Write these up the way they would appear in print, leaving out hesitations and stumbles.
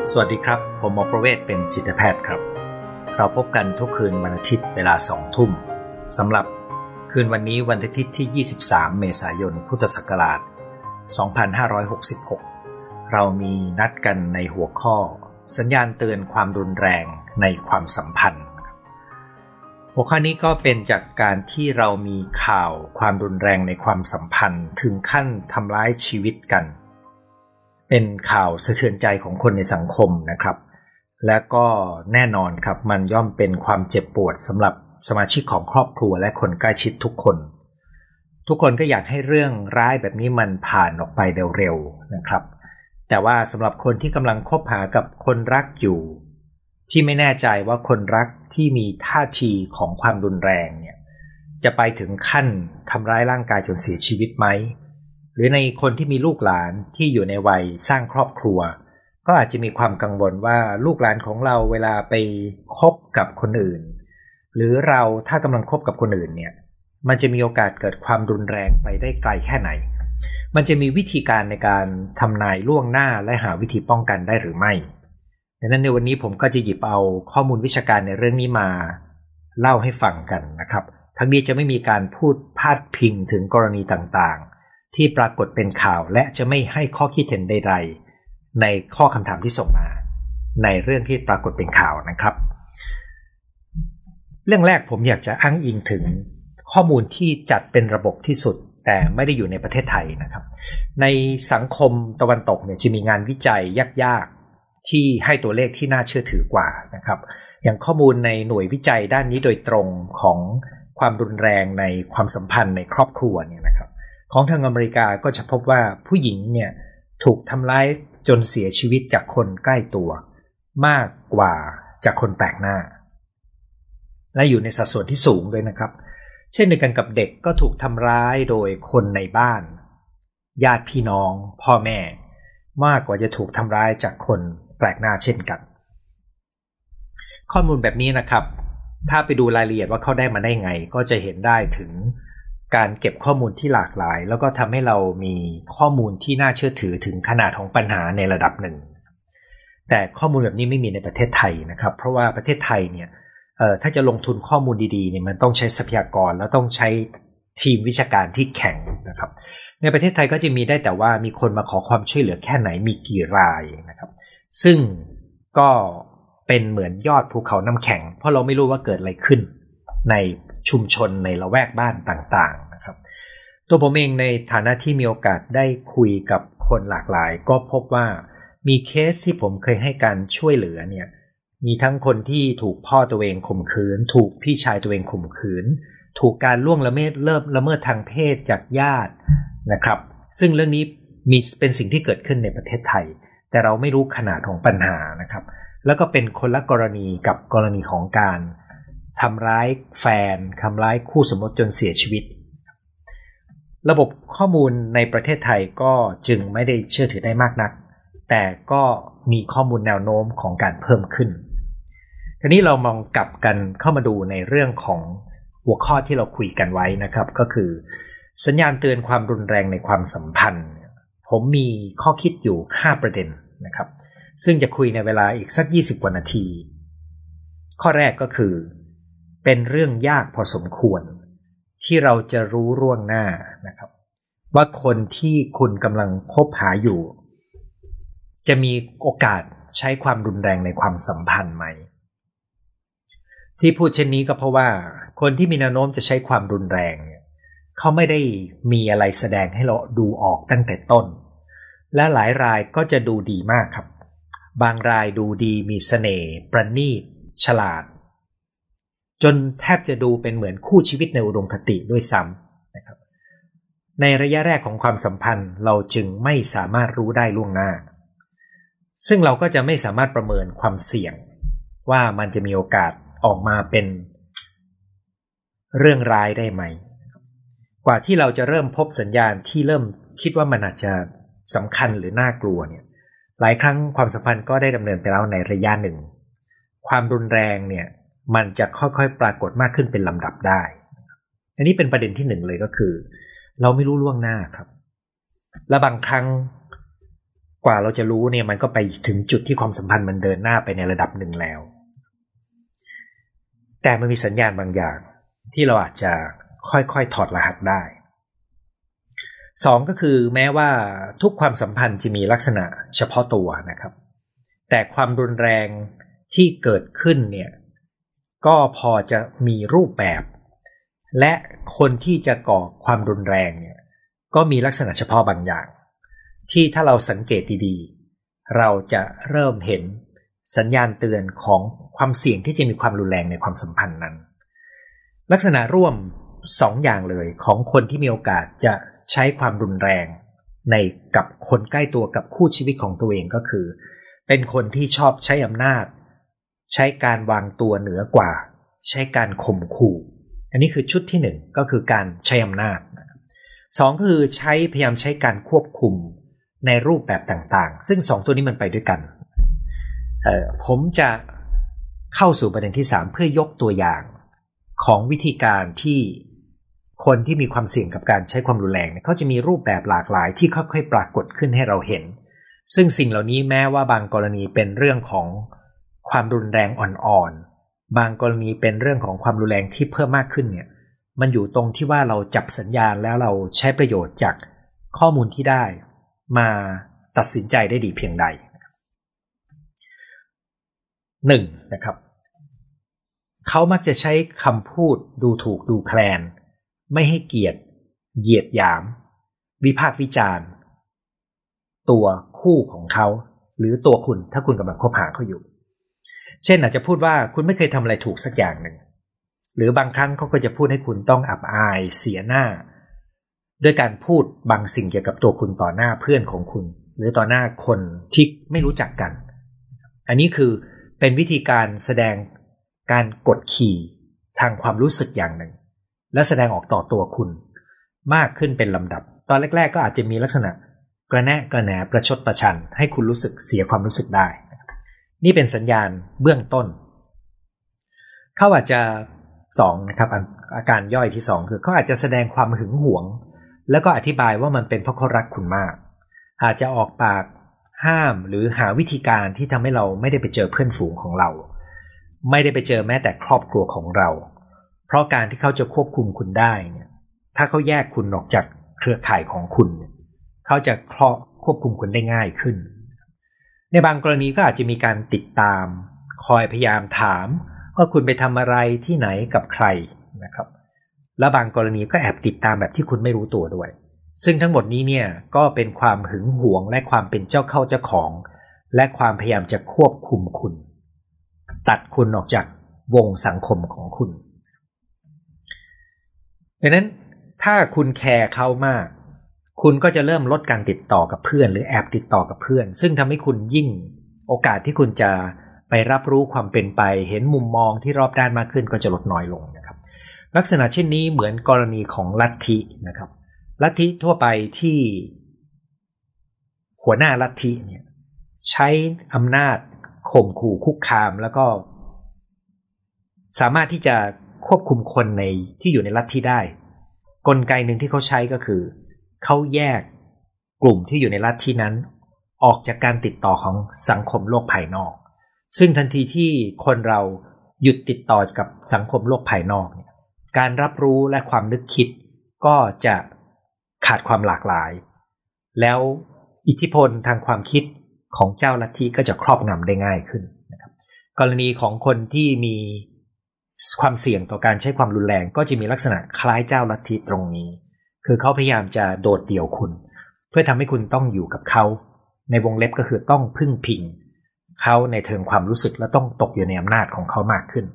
สวัสดีครับผมหมอประเวศเป็นจิตแพทย์ครับเราพบกันทุกคืนวันอาทิตย์เวลา 20:00 น.สำหรับคืนวันนี้วันอาทิตย์ที่23เมษายนพุทธศักราช2566เรามีนัดกันในหัวข้อสัญญาณเตือนความรุนแรงในความสัมพันธ์หัวข้อนี้ก็เป็นจากการที่เรามีข่าวความรุนแรงในความสัมพันธ์ถึงขั้นทำร้ายชีวิตกันเป็นข่าวสะเทือนใจของคนในสังคมนะครับและก็แน่นอนครับมันย่อมเป็นความเจ็บปวดสำหรับสมาชิกของครอบครัวและคนใกล้ชิดทุกคนก็อยากให้เรื่องร้ายแบบนี้มันผ่านออกไปเร็วๆนะครับแต่ว่าสำหรับคนที่กำลังคบหากับคนรักอยู่ที่ไม่แน่ใจว่าคนรักที่มีท่าทีของความรุนแรงเนี่ยจะไปถึงขั้นทำร้ายร่างกายจนเสียชีวิตไหมหรือในคนที่มีลูกหลานที่อยู่ในวัยสร้างครอบครัวก็อาจจะมีความกังวลว่าลูกหลานของเราเวลาไปคบกับคนอื่นหรือเราถ้ากำลังคบกับคนอื่นเนี่ยมันจะมีโอกาสเกิดความรุนแรงไปได้ไกลแค่ไหนมันจะมีวิธีการในการทำนายล่วงหน้าและหาวิธีป้องกันได้หรือไม่ดังนั้นในวันนี้ผมก็จะหยิบเอาข้อมูลวิชาการในเรื่องนี้มาเล่าให้ฟังกันนะครับทั้งนี้จะไม่มีการพูดพาดพิงถึงกรณีต่างๆที่ปรากฏเป็นข่าวและจะไม่ให้ข้อคิดเห็นใดๆในข้อคำถามที่ส่งมาในเรื่องที่ปรากฏเป็นข่าวนะครับเรื่องแรกผมอยากจะอ้างอิงถึงข้อมูลที่จัดเป็นระบบที่สุดแต่ไม่ได้อยู่ในประเทศไทยนะครับในสังคมตะวันตกเนี่ยจะมีงานวิจัยยากๆที่ให้ตัวเลขที่น่าเชื่อถือกว่านะครับอย่างข้อมูลในหน่วยวิจัยด้านนี้โดยตรงของความรุนแรงในความสัมพันธ์ในครอบครัวเนี่ยนะครับของทางอเมริกาก็จะพบว่าผู้หญิงเนี่ยถูกทำร้ายจนเสียชีวิตจากคนใกล้ตัวมากกว่าจากคนแปลกหน้าและอยู่ในสัดส่วนที่สูงด้วยนะครับเช่นเดียวกันกับเด็กก็ถูกทำร้ายโดยคนในบ้านญาติพี่น้องพ่อแม่มากกว่าจะถูกทำร้ายจากคนแปลกหน้าเช่นกันข้อมูลแบบนี้นะครับถ้าไปดูรายละเอียดว่าเขาได้มาได้ไงก็จะเห็นได้ถึงการเก็บข้อมูลที่หลากหลายแล้วก็ทำให้เรามีข้อมูลที่น่าเชื่อถือถึงขนาดของปัญหาในระดับหนึ่งแต่ข้อมูลแบบนี้ไม่มีในประเทศไทยนะครับเพราะว่าประเทศไทยเนี่ยถ้าจะลงทุนข้อมูลดีๆเนี่ยมันต้องใช้ทรัพยากรแล้วต้องใช้ทีมวิชาการที่แข็งนะครับในประเทศไทยก็จะมีได้แต่ว่ามีคนมาขอความช่วยเหลือแค่ไหนมีกี่รายนะครับซึ่งก็เป็นเหมือนยอดภูเขาน้ำแข็งเพราะเราไม่รู้ว่าเกิดอะไรขึ้นในชุมชนในละแวกบ้านต่างๆนะครับตัวผมเองในฐานะที่มีโอกาสได้คุยกับคนหลากหลายก็พบว่ามีเคสที่ผมเคยให้การช่วยเหลือเนี่ยมีทั้งคนที่ถูกพ่อตัวเองข่มขืนถูกพี่ชายตัวเองข่มขืนถูกการล่วงละเมิดทางเพศจากญาตินะครับซึ่งเรื่องนี้มีเป็นสิ่งที่เกิดขึ้นในประเทศไทยแต่เราไม่รู้ขนาดของปัญหานะครับแล้วก็เป็นคนละกรณีกับกรณีของการทำร้ายแฟนทำร้ายคู่สมรสจนเสียชีวิตระบบข้อมูลในประเทศไทยก็จึงไม่ได้เชื่อถือได้มากนักแต่ก็มีข้อมูลแนวโน้มของการเพิ่มขึ้นทีนี้เรามองกลับกันเข้ามาดูในเรื่องของหัวข้อที่เราคุยกันไว้นะครับก็คือสัญญาณเตือนความรุนแรงในความสัมพันธ์ผมมีข้อคิดอยู่5ประเด็นนะครับซึ่งจะคุยในเวลาอีกสัก20กว่านาทีข้อแรกก็คือเป็นเรื่องยากพอสมควรที่เราจะรู้ล่วงหน้านะครับว่าคนที่คุณกำลังคบหาอยู่จะมีโอกาสใช้ความรุนแรงในความสัมพันธ์ไหมที่พูดเช่นนี้ก็เพราะว่าคนที่มีแนวโน้มจะใช้ความรุนแรงเนี่ยเขาไม่ได้มีอะไรแสดงให้เราดูออกตั้งแต่ต้นและหลายรายก็จะดูดีมากครับบางรายดูดีมีเสน่ห์ประณีตฉลาดจนแทบจะดูเป็นเหมือนคู่ชีวิตในอุดมคติด้วยซ้ำนะครับในระยะแรกของความสัมพันธ์เราจึงไม่สามารถรู้ได้ล่วงหน้าซึ่งเราก็จะไม่สามารถประเมินความเสี่ยงว่ามันจะมีโอกาสออกมาเป็นเรื่องร้ายได้ไหมกว่าที่เราจะเริ่มพบสัญญาณที่เริ่มคิดว่ามันอาจจะสำคัญหรือน่ากลัวเนี่ยหลายครั้งความสัมพันธ์ก็ได้ดำเนินไปแล้วในระยะหนึ่งความรุนแรงเนี่ยมันจะค่อยๆปรากฏมากขึ้นเป็นลำดับได้อันนี้เป็นประเด็นที่1เลยก็คือเราไม่รู้ล่วงหน้าครับและบางครั้งกว่าเราจะรู้เนี่ยมันก็ไปถึงจุดที่ความสัมพันธ์มันเดินหน้าไปในระดับหนึ่งแล้วแต่มันมีสัญญาณบางอย่างที่เราอาจจะค่อยๆถอดรหัสได้สองก็คือแม้ว่าทุกความสัมพันธ์จะมีลักษณะเฉพาะตัวนะครับแต่ความรุนแรงที่เกิดขึ้นเนี่ยก็พอจะมีรูปแบบและคนที่จะก่อความรุนแรงเนี่ยก็มีลักษณะเฉพาะบางอย่างที่ถ้าเราสังเกตดีๆเราจะเริ่มเห็นสัญญาณเตือนของความเสี่ยงที่จะมีความรุนแรงในความสัมพันธ์นั้นลักษณะร่วม2 อย่างเลยของคนที่มีโอกาสจะใช้ความรุนแรงในกับคนใกล้ตัวกับคู่ชีวิตของตัวเองก็คือเป็นคนที่ชอบใช้อำนาจใช้การวางตัวเหนือกว่าใช้การข่มขู่อันนี้คือชุดที่1ก็คือการใช้อำนาจ2ก็คือพยายามใช้การควบคุมในรูปแบบต่างๆซึ่ง2ตัวนี้มันไปด้วยกันผมจะเข้าสู่ประเด็นที่3เพื่อยกตัวอย่างของวิธีการที่คนที่มีความเสี่ยงกับการใช้ความรุนแรงเขาจะมีรูปแบบหลากหลายที่ค่อยๆปรากฏขึ้นให้เราเห็นซึ่งสิ่งเหล่านี้แม้ว่าบางกรณีเป็นเรื่องของความรุนแรงอ่อนๆบางกรณีเป็นเรื่องของความรุนแรงที่เพิ่มมากขึ้นเนี่ยมันอยู่ตรงที่ว่าเราจับสัญญาณแล้วเราใช้ประโยชน์จากข้อมูลที่ได้มาตัดสินใจได้ดีเพียงใด1นะครับเขามักจะใช้คำพูดดูถูกดูแคลนไม่ให้เกียรติเหยียดหยามวิพากษ์วิจารณ์ตัวคู่ของเขาหรือตัวคุณถ้าคุณกำลังคบหาเขาอยู่เช่นอาจจะพูดว่าคุณไม่เคยทำอะไรถูกสักอย่างหนึ่งหรือบางครั้งเขาก็จะพูดให้คุณต้องอับอายเสียหน้าด้วยการพูดบางสิ่งเกี่ยวกับตัวคุณต่อหน้าเพื่อนของคุณหรือต่อหน้าคนที่ไม่รู้จักกันอันนี้คือเป็นวิธีการแสดงการกดขี่ทางความรู้สึกอย่างหนึ่งและแสดงออกต่อตัวคุณมากขึ้นเป็นลำดับตอนแรกๆก็อาจจะมีลักษณะกระแนะกระแหนประชดประชันให้คุณรู้สึกเสียความรู้สึกได้นี่เป็นสัญญาณเบื้องต้นเขาอาจจะ2นะครับอาการย่อยที่2คือเขาอาจจะแสดงความหึงหวงแล้วก็อธิบายว่ามันเป็นเพราะเขารักคุณมากอาจจะออกปากห้ามหรือหาวิธีการที่ทำให้เราไม่ได้ไปเจอเพื่อนฝูงของเราไม่ได้ไปเจอแม้แต่ครอบครัวของเราเพราะการที่เขาจะควบคุมคุณได้เนี่ยถ้าเขาแยกคุณออกจากเครือข่ายของคุณเขาจะควบคุมคุณได้ง่ายขึ้นในบางกรณีก็อาจจะมีการติดตามคอยพยายามถามว่าคุณไปทำอะไรที่ไหนกับใครนะครับและบางกรณีก็แอบติดตามแบบที่คุณไม่รู้ตัวด้วยซึ่งทั้งหมดนี้เนี่ยก็เป็นความหึงหวงและความเป็นเจ้าเข้าเจ้าของและความพยายามจะควบคุมคุณตัดคุณออกจากวงสังคมของคุณดังนั้นถ้าคุณแคร์เขามากคุณก็จะเริ่มลดการติดต่อกับเพื่อนหรือแอบติดต่อกับเพื่อนซึ่งทำให้คุณยิ่งโอกาสที่คุณจะไปรับรู้ความเป็นไปเห็นมุมมองที่รอบด้านมากขึ้นก็จะลดน้อยลงนะครับลักษณะเช่นนี้เหมือนกรณีของลัทธินะครับลัทธิทั่วไปที่หัวหน้าลัทธิเนี่ยใช้อำนาจข่มขู่คุกคามแล้วก็สามารถที่จะควบคุมคนในที่อยู่ในลัทธิได้กลไกหนึ่งที่เขาใช้ก็คือเขาแยกกลุ่มที่อยู่ในลัทธินั้นออกจากการติดต่อของสังคมโลกภายนอกซึ่งทันทีที่คนเราหยุดติดต่อกับสังคมโลกภายนอกการรับรู้และความนึกคิดก็จะขาดความหลากหลายแล้วอิทธิพลทางความคิดของเจ้าลัทธิก็จะครอบงำได้ง่ายขึ้นนะครับกรณีของคนที่มีความเสี่ยงต่อการใช้ความรุนแรงก็จะมีลักษณะคล้ายเจ้าลัทธิตรงนี้คือเขาพยายามจะโดดเดี่ยวคุณเพื่อทำให้คุณต้องอยู่กับเขาในวงเล็บก็คือต้องพึ่งพิงเขาในเชิงความรู้สึกและต้องตกอยู่ในอำนาจของเขามากขึ้น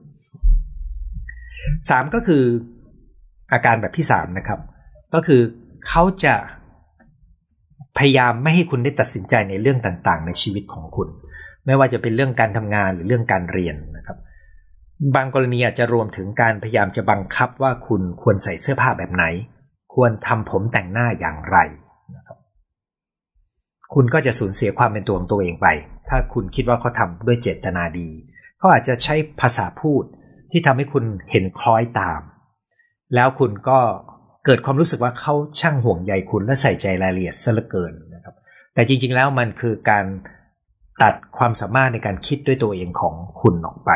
3ก็คืออาการแบบที่3นะครับก็คือเขาจะพยายามไม่ให้คุณได้ตัดสินใจในเรื่องต่างๆในชีวิตของคุณไม่ว่าจะเป็นเรื่องการทำงานหรือเรื่องการเรียนนะครับบางกรณีอาจจะรวมถึงการพยายามจะบังคับว่าคุณควรใส่เสื้อผ้าแบบไหนควรทำผมแต่งหน้าอย่างไรนะครับคุณก็จะสูญเสียความเป็นตัวของตัวเองไปถ้าคุณคิดว่าเขาทำด้วยเจตนาดีเขาอาจจะใช้ภาษาพูดที่ทำให้คุณเห็นคล้อยตามแล้วคุณก็เกิดความรู้สึกว่าเขาช่างห่วงใยคุณและใส่ใจรายละเอียดซะเหลือเกินนะครับแต่จริงๆแล้วมันคือการตัดความสามารถในการคิดด้วยตัวเองของคุณออกไป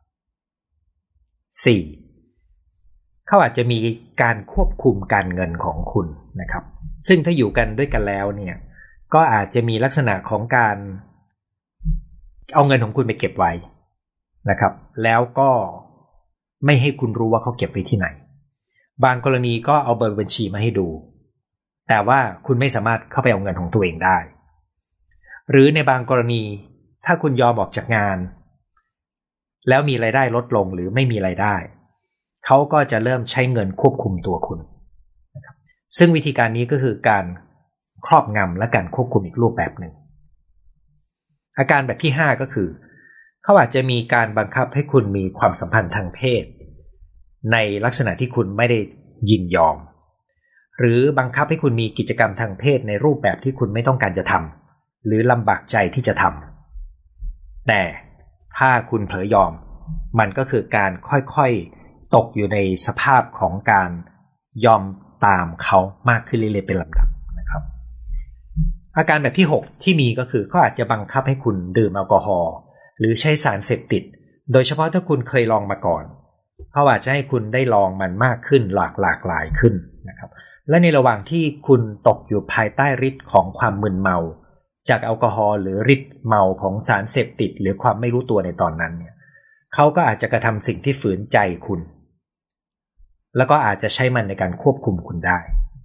4. เขาอาจจะมีการควบคุมการเงินของคุณนะครับซึ่งถ้าอยู่กันด้วยกันแล้วเนี่ยก็อาจจะมีลักษณะของการเอาเงินของคุณไปเก็บไว้นะครับแล้วก็ไม่ให้คุณรู้ว่าเขาเก็บไว้ที่ไหนบางกรณีก็เอาเบอร์บัญชีมาให้ดูแต่ว่าคุณไม่สามารถเข้าไปเอาเงินของตัวเองได้หรือในบางกรณีถ้าคุณยอมออกจากงานแล้วมีรายได้ลดลงหรือไม่มีรายได้เขาก็จะเริ่มใช้เงินควบคุมตัวคุณนะครับซึ่งวิธีการนี้ก็คือการครอบงำและการควบคุมอีกรูปแบบหนึ่งอาการแบบที่5ก็คือเขาอาจจะมีการบังคับให้คุณมีความสัมพันธ์ทางเพศในลักษณะที่คุณไม่ได้ยินยอมหรือบังคับให้คุณมีกิจกรรมทางเพศในรูปแบบที่คุณไม่ต้องการจะทำหรือลำบากใจที่จะทำแต่ถ้าคุณเผลอยอมมันก็คือการค่อยๆตกอยู่ในสภาพของการยอมตามเขามากขึ้นเรื่อยๆเป็นลำดับนะครับอาการแบบที่6ที่มีก็คือเขาอาจจะบังคับให้คุณดื่มแอลกอฮอล์หรือใช้สารเสพติดโดยเฉพาะถ้าคุณเคยลองมาก่อนเขาอาจจะให้คุณได้ลองมันมากขึ้นหลากหลายขึ้นนะครับและในระหว่างที่คุณตกอยู่ภายใต้ฤทธิ์ของความมึนเมาจากแอลกอฮอล์หรือฤทธิ์เมาของสารเสพติดหรือความไม่รู้ตัวในตอนนั้นเนี่ยเขาก็อาจจะกระทำสิ่งที่ฝืนใจคุณแล้วก็อาจจะใช้มันในการควบคุมคุณได้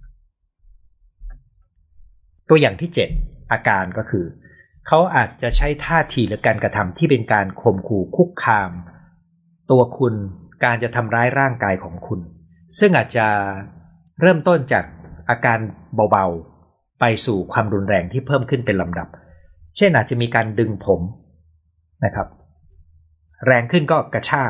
ตัวอย่างที่7อาการก็คือเขาอาจจะใช้ท่าทีหรือการกระทำที่เป็นการข่มขู่คุกคามตัวคุณการจะทำร้ายร่างกายของคุณซึ่งอาจจะเริ่มต้นจากอาการเบาๆไปสู่ความรุนแรงที่เพิ่มขึ้นเป็นลำดับเช่นอาจจะมีการดึงผมนะครับแรงขึ้นก็กระชาก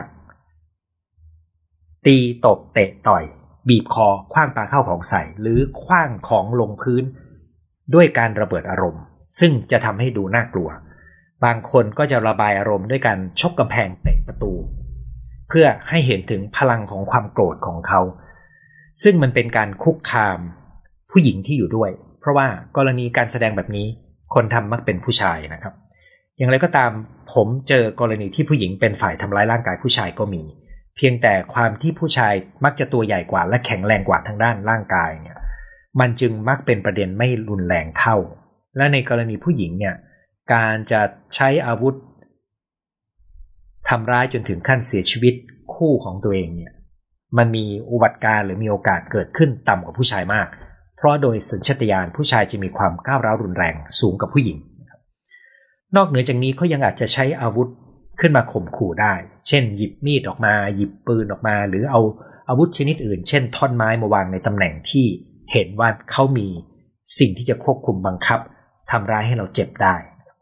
ตีตบเตะต่อยบีบคอขว้างปาเข้าของใส่หรือขว้างของลงพื้นด้วยการระเบิดอารมณ์ซึ่งจะทำให้ดูน่ากลัวบางคนก็จะระบายอารมณ์ด้วยการชกกำแพงเตะประตูเพื่อให้เห็นถึงพลังของความโกรธของเขาซึ่งมันเป็นการคุกคามผู้หญิงที่อยู่ด้วยเพราะว่ากรณีการแสดงแบบนี้คนทำมักเป็นผู้ชายนะครับอย่างไรก็ตามผมเจอกรณีที่ผู้หญิงเป็นฝ่ายทำร้ายร่างกายผู้ชายก็มีเพียงแต่ความที่ผู้ชายมักจะตัวใหญ่กว่าและแข็งแรงกว่าทางด้านร่างกายเนี่ยมันจึงมักเป็นประเด็นไม่รุนแรงเท่าและในกรณีผู้หญิงเนี่ยการจะใช้อาวุธทำร้ายจนถึงขั้นเสียชีวิตคู่ของตัวเองเนี่ยมันมีอุบัติการหรือมีโอกาสเกิดขึ้นต่ำกว่าผู้ชายมากเพราะโดยสัญชาตญาณผู้ชายจะมีความก้าวร้าวรุนแรงสูงกว่าผู้หญิงนอกเหนือจากนี้เขายังอาจจะใช้อาวุธขึ้นมาข่มขู่ได้เช่นหยิบมีดออกมาหยิบปืนออกมาหรือเอาอาวุธชนิดอื่นเช่นท่อนไม้มาวางในตำแหน่งที่เห็นว่าเขามีสิ่งที่จะควบคุมบังคับทำร้ายให้เราเจ็บได้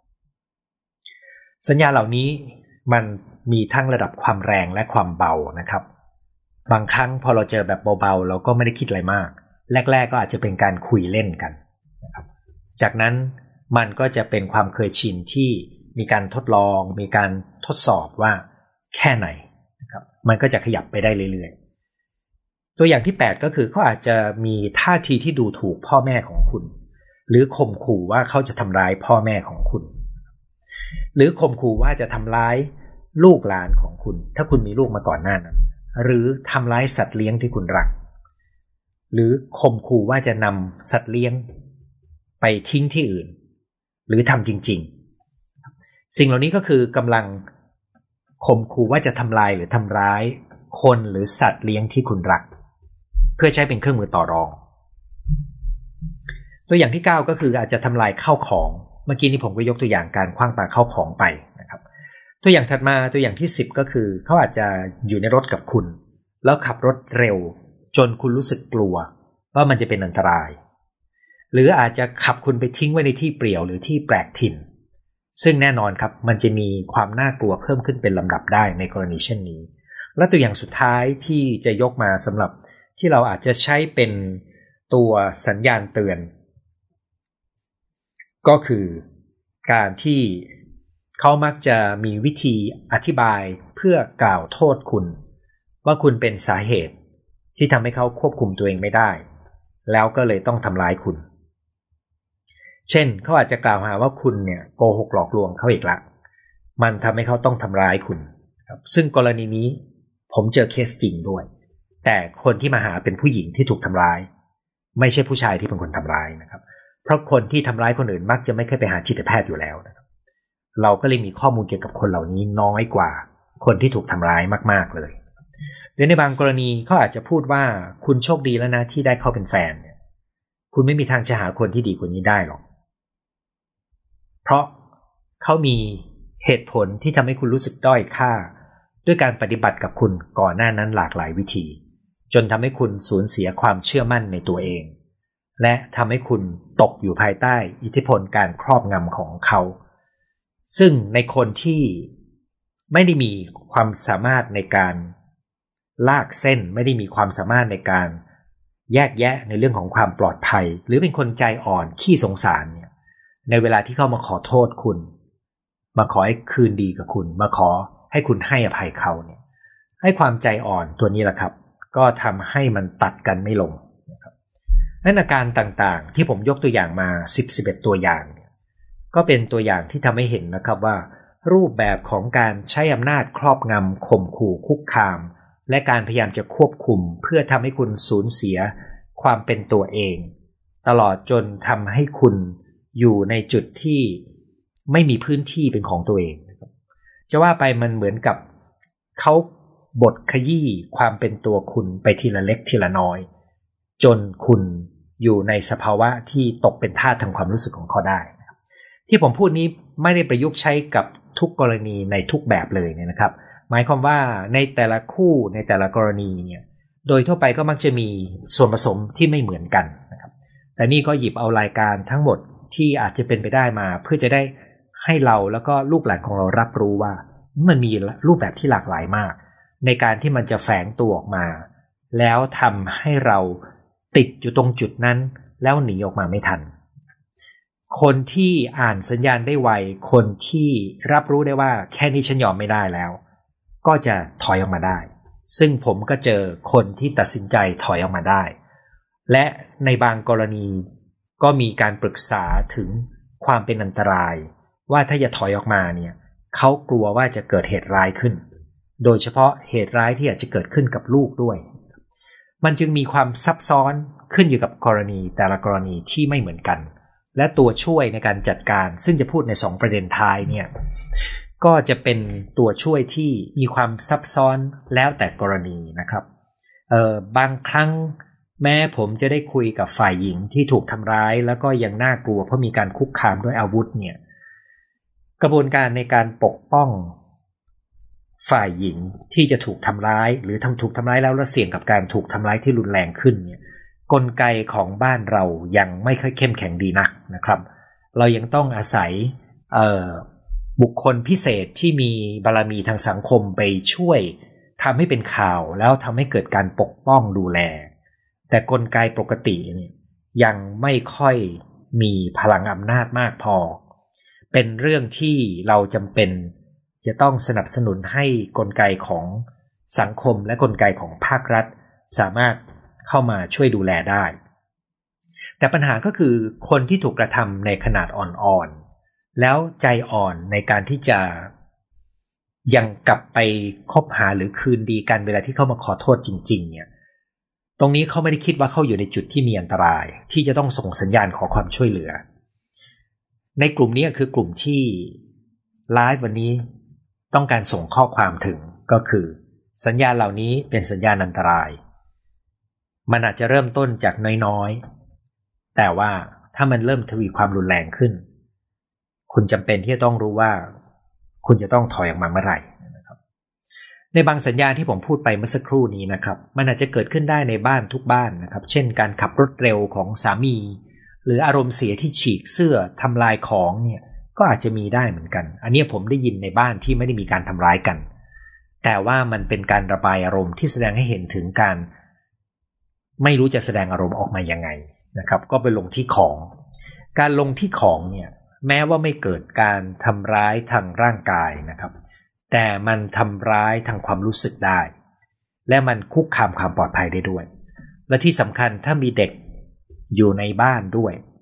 สัญญาเหล่านี้มันมีทั้งระดับความแรงและความเบานะครับบางครั้งพอเราเจอแบบเบาๆเราก็ไม่ได้คิดอะไรมากแรกๆก็อาจจะเป็นการคุยเล่นกันนะครับจากนั้นมันก็จะเป็นความเคยชินที่มีการทดลองมีการทดสอบว่าแค่ไหนนะครับมันก็จะขยับไปได้เรื่อยๆตัวอย่างที่8ก็คือเขาอาจจะมีท่าทีที่ดูถูกพ่อแม่ของคุณหรือข่มขู่ว่าเขาจะทำร้ายพ่อแม่ของคุณหรือข่มขู่ว่าจะทำร้ายลูกหลานของคุณถ้าคุณมีลูกมาก่อนหน้านั้นหรือทำร้ายสัตว์เลี้ยงที่คุณรักหรือข่มขู่ว่าจะนำสัตว์เลี้ยงไปทิ้งที่อื่นหรือทำจริงๆสิ่งเหล่านี้ก็คือกำลังข่มขู่ว่าจะทำลายหรือทำร้ายคนหรือสัตว์เลี้ยงที่คุณรักเพื่อใช้เป็นเครื่องมือต่อรองตัวอย่างที่9ก็คืออาจจะทำลายข้าวของเมื่อกี้นี้ผมก็ยกตัวอย่างการขว้างปาข้าวของไปนะครับตัวอย่างถัดมาตัวอย่างที่10ก็คือเขาอาจจะอยู่ในรถกับคุณแล้วขับรถเร็วจนคุณรู้สึกกลัวว่ามันจะเป็นอันตรายหรืออาจจะขับคุณไปทิ้งไว้ในที่เปลี่ยวหรือที่แปลกถิ่นซึ่งแน่นอนครับมันจะมีความน่ากลัวเพิ่มขึ้นเป็นลำดับได้ในกรณีเช่นนี้และตัวอย่างสุดท้ายที่จะยกมาสำหรับที่เราอาจจะใช้เป็นตัวสัญญาณเตือนก็คือการที่เขามักจะมีวิธีอธิบายเพื่อกล่าวโทษคุณว่าคุณเป็นสาเหตุที่ทำให้เขาควบคุมตัวเองไม่ได้แล้วก็เลยต้องทำร้ายคุณเช่นเขาอาจจะกล่าวหาว่าคุณเนี่ยโกหกหลอกลวงเขาอีกละมันทำให้เขาต้องทำร้ายคุณครับซึ่งกรณีนี้ผมเจอเคสจริงด้วยแต่คนที่มาหาเป็นผู้หญิงที่ถูกทำร้ายไม่ใช่ผู้ชายที่เป็นคนทำร้ายนะครับเพราะคนที่ทำร้ายคนอื่นมักจะไม่เคยไปหาจิตแพทย์อยู่แล้วนะครับเราก็เลยมีข้อมูลเกี่ยวกับคนเหล่านี้น้อยกว่าคนที่ถูกทำร้ายมากๆเลยหรือในบางกรณีเขาอาจจะพูดว่าคุณโชคดีแล้วนะที่ได้เข้าเป็นแฟนเนี่ยคุณไม่มีทางจะหาคนที่ดีกว่านี้ได้หรอกเพราะเขามีเหตุผลที่ทำให้คุณรู้สึกด้อยค่าด้วยการปฏิบัติกับคุณก่อนหน้านั้นหลากหลายวิธีจนทำให้คุณสูญเสียความเชื่อมั่นในตัวเองและทำให้คุณตกอยู่ภายใต้อิทธิพลการครอบงำของเขาซึ่งในคนที่ไม่ได้มีความสามารถในการลากเส้นไม่ได้มีความสามารถในการแยกแยะในเรื่องของความปลอดภัยหรือเป็นคนใจอ่อนขี้สงสารเนี่ยในเวลาที่เขามาขอโทษคุณมาขอให้คืนดีกับคุณมาขอให้คุณให้อภัยเขาเนี่ยให้ความใจอ่อนตัวนี้แหละครับก็ทำให้มันตัดกันไม่ลงนะครับนั่นอาการต่างๆที่ผมยกตัวอย่างมา11ตัวอย่างเนี่ยก็เป็นตัวอย่างที่ทำให้เห็นนะครับว่ารูปแบบของการใช้อำนาจครอบงำข่มขู่คุกคามและการพยายามจะควบคุมเพื่อทำให้คุณสูญเสียความเป็นตัวเองตลอดจนทำให้คุณอยู่ในจุดที่ไม่มีพื้นที่เป็นของตัวเองนะครับจะว่าไปมันเหมือนกับเขาบดขยี้ความเป็นตัวคุณไปทีละเล็กทีละน้อยจนคุณอยู่ในสภาวะที่ตกเป็นทาสทางความรู้สึกของเขาได้นะครับที่ผมพูดนี้ไม่ได้ประยุกต์ใช้กับทุกกรณีในทุกแบบเลยนะครับหมายความว่าในแต่ละคู่ในแต่ละกรณีเนี่ยโดยทั่วไปก็มักจะมีส่วนผสมที่ไม่เหมือนกันนะครับแต่นี่ก็หยิบเอารายการทั้งหมดที่อาจจะเป็นไปได้มาเพื่อจะได้ให้เราแล้วก็ลูกหลานของเรารับรู้ว่ามันมีรูปแบบที่หลากหลายมากในการที่มันจะแฝงตัวออกมาแล้วทำให้เราติดอยู่ตรงจุดนั้นแล้วหนีออกมาไม่ทันคนที่อ่านสัญญาณได้ไวคนที่รับรู้ได้ว่าแค่นี้ฉันยอมไม่ได้แล้วก็จะถอยออกมาได้ซึ่งผมก็เจอคนที่ตัดสินใจถอยออกมาได้และในบางกรณีก็มีการปรึกษาถึงความเป็นอันตรายว่าถ้าจะถอยออกมาเนี่ยเขากลัวว่าจะเกิดเหตุร้ายขึ้นโดยเฉพาะเหตุร้ายที่อาจจะเกิดขึ้นกับลูกด้วยมันจึงมีความซับซ้อนขึ้นอยู่กับกรณีแต่ละกรณีที่ไม่เหมือนกันและตัวช่วยในการจัดการซึ่งจะพูดใน2ประเด็นท้ายเนี่ยก็จะเป็นตัวช่วยที่มีความซับซ้อนแล้วแต่กรณีนะครับบางครั้งแม้ผมจะได้คุยกับฝ่ายหญิงที่ถูกทำร้ายแล้วก็ยังน่ากลัวเพราะมีการคุกคามด้วยอาวุธเนี่ยกระบวนการในการปกป้องฝ่ายหญิงที่จะถูกทำร้ายหรือถูกทำร้ายแล้วเสี่ยงกับการถูกทำร้ายที่รุนแรงขึ้นเนี่ยกลไกของบ้านเรายังไม่ค่อยเข้มแข็งดีนักนะครับเรายังต้องอาศัยบุคคลพิเศษที่มีบารมีทางสังคมไปช่วยทำให้เป็นข่าวแล้วทำให้เกิดการปกป้องดูแลแต่กลไกปกติเนี่ยยังไม่ค่อยมีพลังอำนาจมากพอเป็นเรื่องที่เราจำเป็นจะต้องสนับสนุนให้กลไกของสังคมและกลไกของภาครัฐสามารถเข้ามาช่วยดูแลได้แต่ปัญหาก็คือคนที่ถูกกระทำในขนาดอ่อนๆแล้วใจอ่อนในการที่จะยังกลับไปคบหาหรือคืนดีกันเวลาที่เขามาขอโทษจริงๆเนี่ยตรงนี้เขาไม่ได้คิดว่าเขาอยู่ในจุดที่มีอันตรายที่จะต้องส่งสัญญาณขอความช่วยเหลือในกลุ่มนี้คือกลุ่มที่ไลฟ์วันนี้ต้องการส่งข้อความถึงก็คือสัญญาณเหล่านี้เป็นสัญญาณอันตรายมันอาจจะเริ่มต้นจากน้อยๆแต่ว่าถ้ามันเริ่มทวีความรุนแรงขึ้นคุณจำเป็นที่จะต้องรู้ว่าคุณจะต้องถอยออกมาเมื่อไหร่นะครับในบางสัญญาณที่ผมพูดไปเมื่อสักครู่นี้นะครับมันอาจจะเกิดขึ้นได้ในบ้านทุกบ้านนะครับเช่นการขับรถเร็วของสามีหรืออารมณ์เสียที่ฉีกเสื้อทำลายของเนี่ยก็อาจจะมีได้เหมือนกันอันนี้ผมได้ยินในบ้านที่ไม่ได้มีการทำร้ายกันแต่ว่ามันเป็นการระบายอารมณ์ที่แสดงให้เห็นถึงการไม่รู้จะแสดงอารมณ์ออกมายังไงนะครับก็ไปลงที่ของการลงที่ของเนี่ยแม้ว่าไม่เกิดการทำร้ายทางร่างกายนะครับแต่มันทำร้ายทางความรู้สึกได้และมันคุกคามความปลอดภัยได้ด้วยและที่สำคัญถ้ามีเด็กอยู่ในบ้านด้วย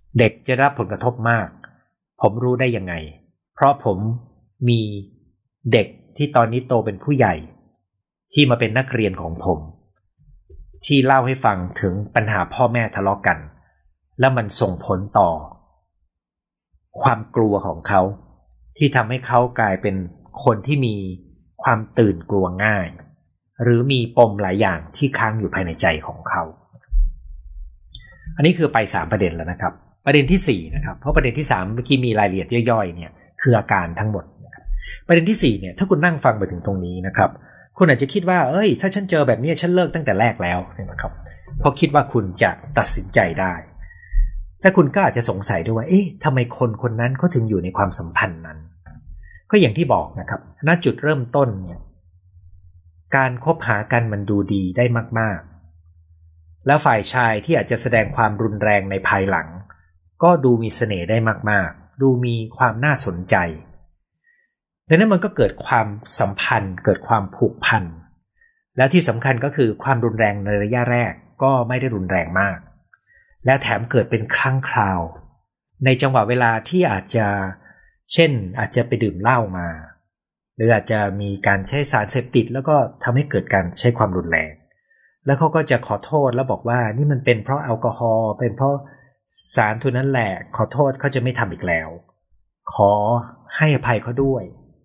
เด็กจะรับผลกระทบมากผมรู้ได้ยังไงเพราะผมมีเด็กที่ตอนนี้โตเป็นผู้ใหญ่ที่มาเป็นนักเรียนของผมที่เล่าให้ฟังถึงปัญหาพ่อแม่ทะเลาะกันและมันส่งผลต่อความกลัวของเขาที่ทำให้เขากลายเป็นคนที่มีความตื่นกลัวง่ายหรือมีปมหลายอย่างที่ค้างอยู่ภายในใจของเขาอันนี้คือไป3ประเด็นแล้วนะครับประเด็นที่4นะครับเพราะประเด็นที่3เมื่อกี้มีรายละเอียดย่อยๆเนี่ยคืออาการทั้งหมดนะครับประเด็นที่4เนี่ยถ้าคุณนั่งฟังไปถึงตรงนี้นะครับคุณอาจจะคิดว่าถ้าฉันเจอแบบนี้ฉันเลิกตั้งแต่แรกแล้วนะครับเพราะคิดว่าคุณจะตัดสินใจได้แต่คุณก็อาจจะสงสัยด้วยว่าทำไมคนคนนั้นเขาถึงอยู่ในความสัมพันธ์นั้นก็อย่างที่บอกนะครับณจุดเริ่มต้นเนี่ยการคบหากันมันดูดีได้มากๆแล้วฝ่ายชายที่อาจจะแสดงความรุนแรงในภายหลังก็ดูมีเสน่ห์ได้มากๆดูมีความน่าสนใจดังนั้นมันก็เกิดความสัมพันธ์เกิดความผูกพันและที่สำคัญก็คือความรุนแรงในระยะแรกก็ไม่ได้รุนแรงมากและแถมเกิดเป็นครั้งคราวในจังหวะเวลาที่อาจจะเช่นอาจจะไปดื่มเหล้ามาหรืออาจจะมีการใช้สารเสพติดแล้วก็ทำให้เกิดการใช้ความรุนแรงแล้วเขาก็จะขอโทษแล้วบอกว่านี่มันเป็นเพราะแอลกอฮอล์เป็นเพราะสารตัวนั้นแหละขอโทษเขาจะไม่ทำอีกแล้วขอให้อภัยเขาด้วย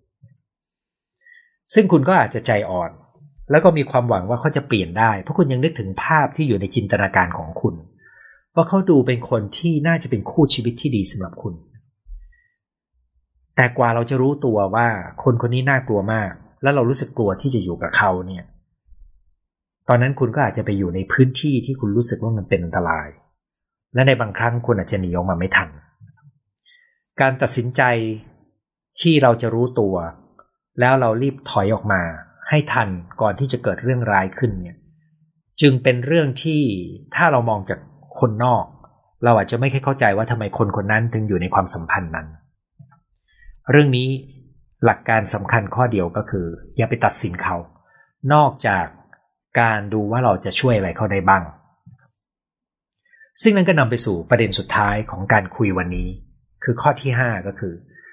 ซึ่งคุณก็อาจจะใจอ่อนแล้วก็มีความหวังว่าเขาจะเปลี่ยนได้เพราะคุณยังนึกถึงภาพที่อยู่ในจินตนาการของคุณว่าเขาดูเป็นคนที่น่าจะเป็นคู่ชีวิตที่ดีสำหรับคุณแต่กว่าเราจะรู้ตัวว่าคนคนนี้น่ากลัวมากแล้วเรารู้สึกกลัวที่จะอยู่กับเขาเนี่ยตอนนั้นคุณก็อาจจะไปอยู่ในพื้นที่ที่คุณรู้สึกว่ามันเป็นอันตรายและในบางครั้งคุณอาจจะหนีออกมาไม่ทันการตัดสินใจที่เราจะรู้ตัวแล้วเรารีบถอยออกมาให้ทันก่อนที่จะเกิดเรื่องร้ายขึ้นเนี่ยจึงเป็นเรื่องที่ถ้าเรามองจากคนนอกเราอาจจะไม่เข้าใจว่าทำไมคนคนนั้นถึงอยู่ในความสัมพันธ์นั้นเรื่องนี้หลักการสำคัญข้อเดียวก็คืออย่าไปตัดสินเขานอกจากการดูว่าเราจะช่วยอะไรเขาได้บ้างซึ่งนั้นก็นำไปสู่ประเด็นสุดท้ายของการคุยวันนี้คือข้อที่5ก็คือ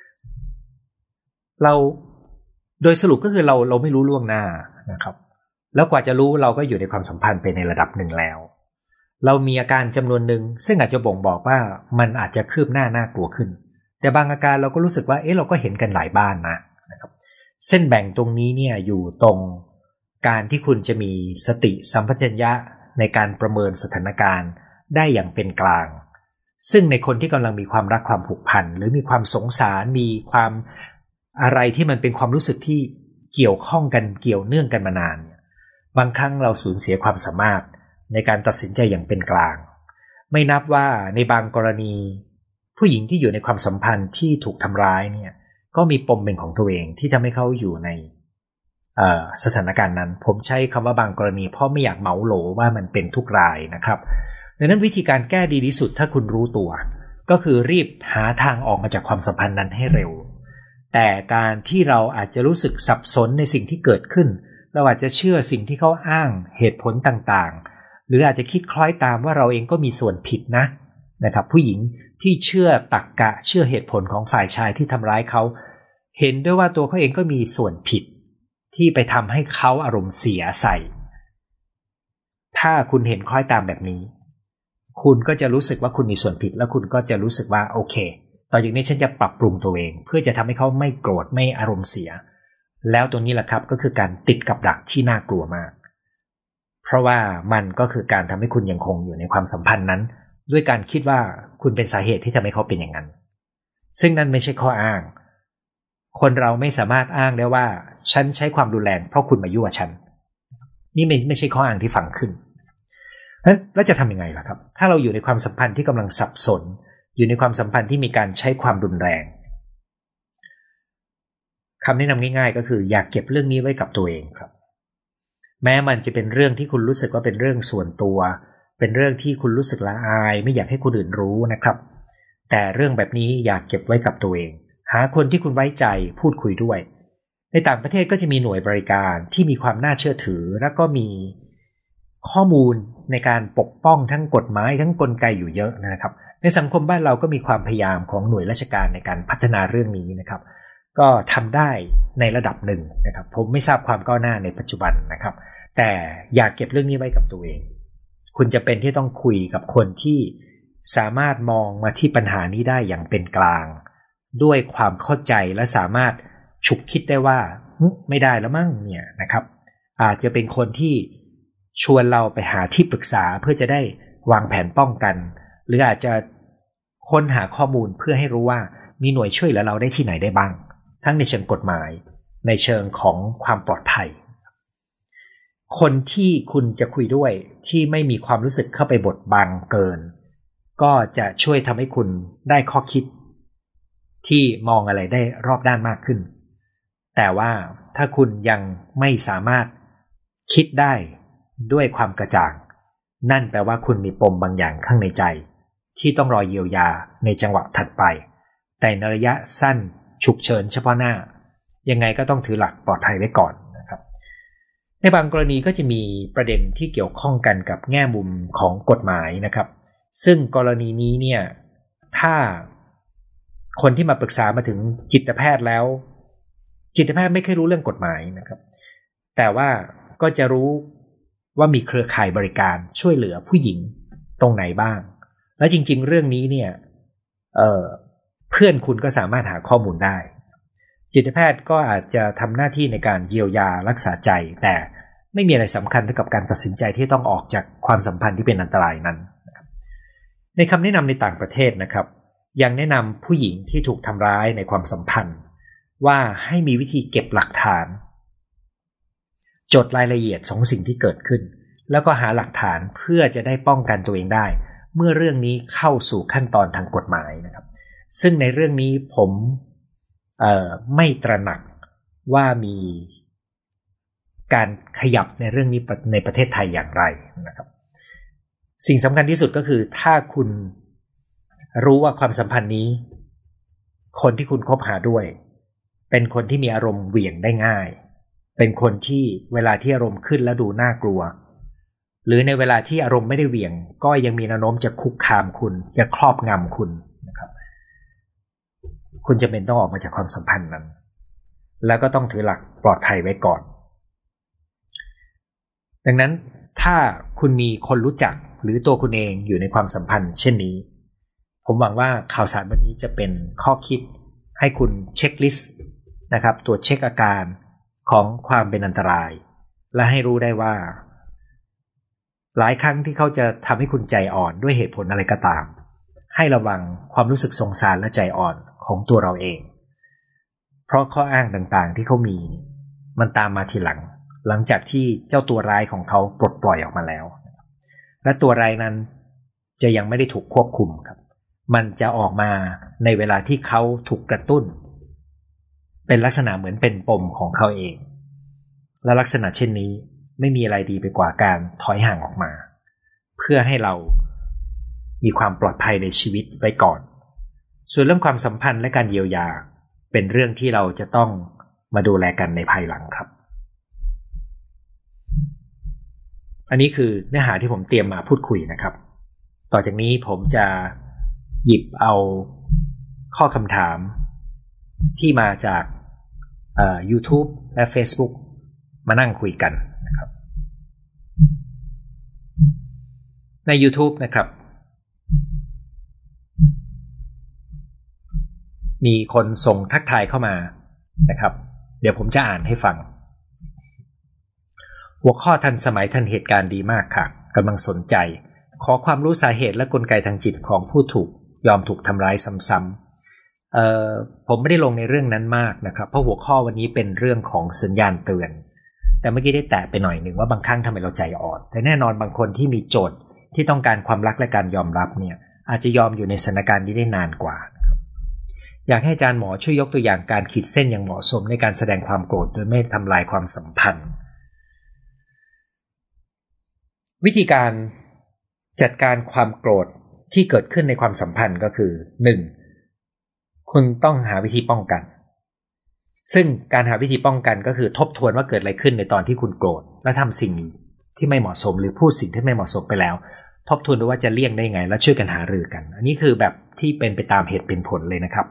เราโดยสรุปก็คือเราไม่รู้ล่วงหน้านะครับแล้วกว่าจะรู้เราก็อยู่ในความสัมพันธ์ไปในระดับหนึ่งแล้วเรามีอาการจำนวนหนึ่งซึ่งอาจจะบ่งบอกว่ามันอาจจะคืบหน้าน่ากลัวขึ้นแต่บางอาการเราก็รู้สึกว่าเราก็เห็นกันหลายบ้านนะครับเส้นแบ่งตรงนี้เนี่ยอยู่ตรงการที่คุณจะมีสติสัมปชัญญะในการประเมินสถานการณ์ได้อย่างเป็นกลางซึ่งในคนที่กำลังมีความรักความผูกพันหรือมีความสงสารมีความอะไรที่มันเป็นความรู้สึกที่เกี่ยวข้องกันเกี่ยวเนื่องกันมานานบางครั้งเราสูญเสียความสามารถในการตัดสินใจอย่างเป็นกลางไม่นับว่าในบางกรณีผู้หญิงที่อยู่ในความสัมพันธ์ที่ถูกทำร้ายเนี่ยก็มีปมเป็นของตัวเองที่ทำให้เขาอยู่ในสถานการณ์นั้นผมใช้คำว่าบางกรณีเพราะไม่อยากเหมาโหลว่ามันเป็นทุกรายนะครับดังนั้นวิธีการแก้ดีที่สุดถ้าคุณรู้ตัวก็คือรีบหาทางออกมาจากความสัมพันธ์นั้นให้เร็วแต่การที่เราอาจจะรู้สึกสับสนในสิ่งที่เกิดขึ้นเราอาจจะเชื่อสิ่งที่เขาอ้างเหตุผลต่างๆหรืออาจจะคิดคล้อยตามว่าเราเองก็มีส่วนผิดนะครับผู้หญิงที่เชื่อตรรกะเชื่อเหตุผลของฝ่ายชายที่ทำร้ายเขาเห็นด้วยว่าตัวเขาเองก็มีส่วนผิดที่ไปทำให้เขาอารมณ์เสียใส่ถ้าคุณเห็นคล้อยตามแบบนี้คุณก็จะรู้สึกว่าคุณมีส่วนผิดแล้วคุณก็จะรู้สึกว่าโอเคต่อจากนี้ฉันจะปรับปรุงตัวเองเพื่อจะทำให้เขาไม่โกรธไม่อารมณ์เสียแล้วตรงนี้แหละครับก็คือการติดกับดักที่น่ากลัวมากเพราะว่ามันก็คือการทำให้คุณยังคงอยู่ในความสัมพันธ์นั้นด้วยการคิดว่าคุณเป็นสาเหตุที่ทำให้เขาเป็นอย่างนั้นซึ่งนั่นไม่ใช่ข้ออ้างคนเราไม่สามารถอ้างได้ว่าฉันใช้ความรุนแรงเพราะคุณมายั่วฉันนี่ไม่ใช่ข้ออ้างที่ฟังขึ้นแล้วจะทำยังไงล่ะครับถ้าเราอยู่ในความสัมพันธ์ที่กำลังสับสนอยู่ในความสัมพันธ์ที่มีการใช้ความรุนแรงคำแนะนำง่ายๆก็คืออย่าเก็บเรื่องนี้ไว้กับตัวเองครับแม้มันจะเป็นเรื่องที่คุณรู้สึกว่าเป็นเรื่องส่วนตัวเป็นเรื่องที่คุณรู้สึกละอายไม่อยากให้คนอื่นรู้นะครับแต่เรื่องแบบนี้อย่าเก็บไว้กับตัวเองหาคนที่คุณไว้ใจพูดคุยด้วยในต่างประเทศก็จะมีหน่วยบริการที่มีความน่าเชื่อถือแล้วก็มีข้อมูลในการปกป้องทั้งกฎหมายทั้งกลไกอยู่เยอะนะครับในสังคมบ้านเราก็มีความพยายามของหน่วยราชการในการพัฒนาเรื่องนี้นะครับก็ทำได้ในระดับหนึ่งนะครับผมไม่ทราบความก้าวหน้าในปัจจุบันนะครับแต่อย่าเก็บเรื่องนี้ไว้กับตัวเองคุณจะเป็นที่ต้องคุยกับคนที่สามารถมองมาที่ปัญหานี้ได้อย่างเป็นกลางด้วยความเข้าใจและสามารถฉุกคิดได้ว่าไม่ได้แล้วมั้งเนี่ยนะครับอาจจะเป็นคนที่ชวนเราไปหาที่ปรึกษาเพื่อจะได้วางแผนป้องกันหรืออาจจะค้นหาข้อมูลเพื่อให้รู้ว่ามีหน่วยช่วยเหลือเราได้ที่ไหนได้บ้างทั้งในเชิงกฎหมายในเชิงของความปลอดภัยคนที่คุณจะคุยด้วยที่ไม่มีความรู้สึกเข้าไปบดบังเกินก็จะช่วยทำให้คุณได้ข้อคิดที่มองอะไรได้รอบด้านมากขึ้นแต่ว่าถ้าคุณยังไม่สามารถคิดได้ด้วยความกระจ่างนั่นแปลว่าคุณมีปมบางอย่างข้างในใจที่ต้องรอเยียวยาในจังหวะถัดไปแต่ในระยะสั้นฉุกเฉินเฉพาะหน้ายังไงก็ต้องถือหลักปลอดภัยไว้ก่อนนะครับในบางกรณีก็จะมีประเด็นที่เกี่ยวข้องกันกับแง่มุมของกฎหมายนะครับซึ่งกรณีนี้เนี่ยถ้าคนที่มาปรึกษามาถึงจิตแพทย์แล้วจิตแพทย์ไม่เคยรู้เรื่องกฎหมายนะครับแต่ว่าก็จะรู้ว่ามีเครือข่ายบริการช่วยเหลือผู้หญิงตรงไหนบ้างและจริงๆเรื่องนี้เนี่ยเพื่อนคุณก็สามารถหาข้อมูลได้จิตแพทย์ก็อาจจะทำหน้าที่ในการเยียวยารักษาใจแต่ไม่มีอะไรสำคัญเท่ากับการตัดสินใจที่ต้องออกจากความสัมพันธ์ที่เป็นอันตรายนั้นในคำแนะนำในต่างประเทศนะครับยังแนะนำผู้หญิงที่ถูกทำร้ายในความสัมพันธ์ว่าให้มีวิธีเก็บหลักฐานจดรายละเอียดของสิ่งที่เกิดขึ้นแล้วก็หาหลักฐานเพื่อจะได้ป้องกันตัวเองได้เมื่อเรื่องนี้เข้าสู่ขั้นตอนทางกฎหมายนะครับซึ่งในเรื่องนี้ผมไม่ตระหนักว่ามีการขยับในเรื่องนี้ในประเทศไทยอย่างไรนะครับสิ่งสำคัญที่สุดก็คือถ้าคุณรู้ว่าความสัมพันธ์นี้คนที่คุณคบหาด้วยเป็นคนที่มีอารมณ์เหวี่ยงได้ง่ายเป็นคนที่เวลาที่อารมณ์ขึ้นแล้วดูน่ากลัวหรือในเวลาที่อารมณ์ไม่ได้เหวี่ยงก็ยังมีแนวโน้มจะคุกคามคุณจะครอบงำคุณนะครับคุณจะเป็นต้องออกมาจากความสัมพันธ์นั้นแล้วก็ต้องถือหลักปลอดภัยไว้ก่อนดังนั้นถ้าคุณมีคนรู้จักหรือตัวคุณเองอยู่ในความสัมพันธ์เช่นนี้ผมหวังว่าข่าวสารวันนี้จะเป็นข้อคิดให้คุณเช็คลิสต์นะครับตรวจเช็คอาการของความเป็นอันตรายและให้รู้ได้ว่าหลายครั้งที่เขาจะทำให้คุณใจอ่อนด้วยเหตุผลอะไรก็ตามให้ระวังความรู้สึกสงสารและใจอ่อนของตัวเราเองเพราะข้ออ้างต่างๆที่เขามีมันตามมาทีหลังจากที่เจ้าตัวร้ายของเขาปลดปล่อยออกมาแล้วและตัวร้ายนั้นจะยังไม่ได้ถูกควบคุมครับมันจะออกมาในเวลาที่เขาถูกกระตุ้นเป็นลักษณะเหมือนเป็นปมของเขาเองและลักษณะเช่นนี้ไม่มีอะไรดีไปกว่าการถอยห่างออกมาเพื่อให้เรามีความปลอดภัยในชีวิตไว้ก่อนส่วนเรื่องความสัมพันธ์และการเยียวยาเป็นเรื่องที่เราจะต้องมาดูแลกันในภายหลังครับอันนี้คือเนื้อหาที่ผมเตรียมมาพูดคุยนะครับต่อจากนี้ผมจะหยิบเอาข้อคำถามที่มาจากYouTube และ Facebook มานั่งคุยกันนะครับใน YouTube นะครับมีคนส่งทักทายเข้ามานะครับเดี๋ยวผมจะอ่านให้ฟังหัวข้อทันสมัยทันเหตุการณ์ดีมากค่ะกำลังสนใจขอความรู้สาเหตุและกลไกทางจิตของผู้ถูกยอมถูกทำร้ายซ้ำๆผมไม่ได้ลงในเรื่องนั้นมากนะครับเพราะหัวข้อวันนี้เป็นเรื่องของสัญญาณเตือนแต่เมื่อกี้ได้แตะไปหน่อยหนึ่งว่าบางครั้งทำไมเราใจอ่อนแต่แน่นอนบางคนที่มีโจทย์ที่ต้องการความรักและการยอมรับเนี่ยอาจจะยอมอยู่ในสถานการณ์นี้ได้นานกว่าอยากให้อาจารย์หมอช่วยยกตัวอย่างการขีดเส้นอย่างเหมาะสมในการแสดงความโกรธโดยไม่ทำลายความสัมพันธ์วิธีการจัดการความโกรธที่เกิดขึ้นในความสัมพันธ์ก็คือ 1. คุณต้องหาวิธีป้องกันซึ่งการหาวิธีป้องกันก็คือทบทวนว่าเกิดอะไรขึ้นในตอนที่คุณโกรธและทำสิ่งที่ไม่เหมาะสมหรือพูดสิ่งที่ไม่เหมาะสมไปแล้วทบทวนดูว่าจะเลี่ยงได้ไงแล้วช่วยกันหารือกันอันนี้คือแบบที่เป็นไปตามเหตุเป็นผลเลยนะครับ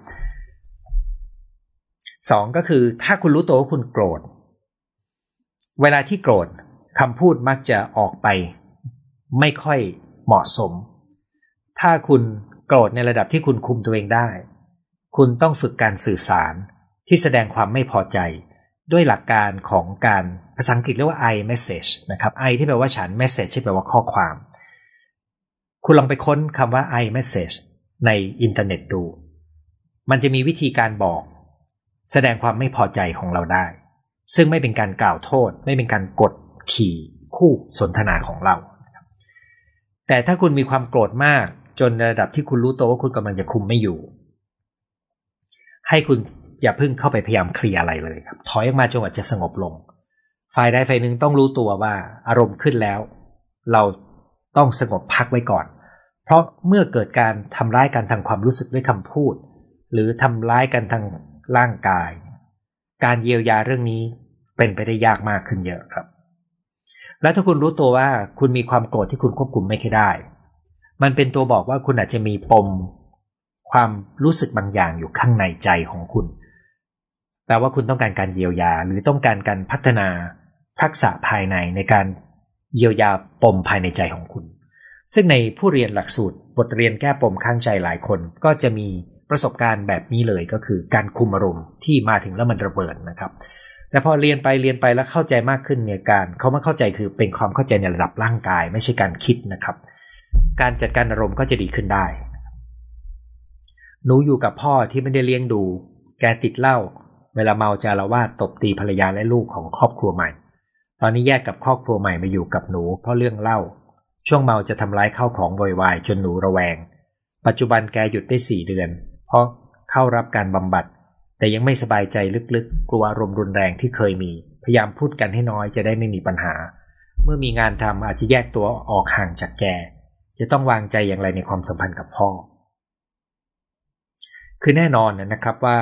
2ก็คือถ้าคุณรู้ตัวว่าคุณโกรธเวลาที่โกรธคำพูดมักจะออกไปไม่ค่อยเหมาะสมถ้าคุณโกรธในระดับที่คุณคุมตัวเองได้คุณต้องฝึกการสื่อสารที่แสดงความไม่พอใจด้วยหลักการของการภาษาอังกฤษเรียกว่า I message นะครับ I ที่แปลว่าฉัน message ที่แปลว่าข้อความคุณลองไปค้นคำว่า I message ในอินเทอร์เน็ตดูมันจะมีวิธีการบอกแสดงความไม่พอใจของเราได้ซึ่งไม่เป็นการกล่าวโทษไม่เป็นการกดขี่คู่สนทนาของเราแต่ถ้าคุณมีความโกรธมากจนระดับที่คุณรู้ตัวว่าคุณกำลังจะคุมไม่อยู่ให้คุณอย่าเพิ่งเข้าไปพยายามเคลียร์อะไรเลยครับถอยออกมาจนกว่าจะสงบลงฝ่ายใดฝ่ายหนึ่งต้องรู้ตัวว่าอารมณ์ขึ้นแล้วเราต้องสงบพักไว้ก่อนเพราะเมื่อเกิดการทำร้ายกันทางความรู้สึกด้วยคำพูดหรือทำร้ายกันทางร่างกายการเยียวยาเรื่องนี้เป็นไปได้ยากมากขึ้นเยอะครับและถ้าคุณรู้ตัวว่าคุณมีความโกรธที่คุณควบคุมไม่ได้มันเป็นตัวบอกว่าคุณอาจจะมีปมความรู้สึกบางอย่างอยู่ข้างในใจของคุณแปลว่าคุณต้องการการเยียวยาหรือต้องการการพัฒนาทักษะภายในการเยียวยาปมภายในใจของคุณซึ่งในผู้เรียนหลักสูตรบทเรียนแก้ปมข้างใจหลายคนก็จะมีประสบการณ์แบบนี้เลยก็คือการคุมอารมณ์ที่มาถึงแล้วมันระเบิดนะครับแต่พอเรียนไปแล้วเข้าใจมากขึ้นเนี่ยการเขามาเข้าใจคือเป็นความเข้าใจในระดับร่างกายไม่ใช่การคิดนะครับการจัดการอารมณ์ก็จะดีขึ้นได้หนูอยู่กับพ่อที่ไม่ได้เลี้ยงดูแกติดเหล้าเวลาเมาจะอาละวาดตบตีภรรยาและลูกของครอบครัวใหม่ตอนนี้แยกกับครอบครัวใหม่มาอยู่กับหนูเพราะเรื่องเหล้าช่วงเมาจะทำร้ายข้าวของโวยวายจนหนูระแวงปัจจุบันแกหยุดได้4 เดือนเพราะเข้ารับการบำบัดแต่ยังไม่สบายใจลึกๆกลัวอารมณ์รุนแรงที่เคยมีพยายามพูดกันให้น้อยจะได้ไม่มีปัญหาเมื่อมีงานทำอาจจะแยกตัวออกห่างจากแกจะต้องวางใจอย่างไรในความสัมพันธ์กับพ่อคือแน่นอนนะครับว่า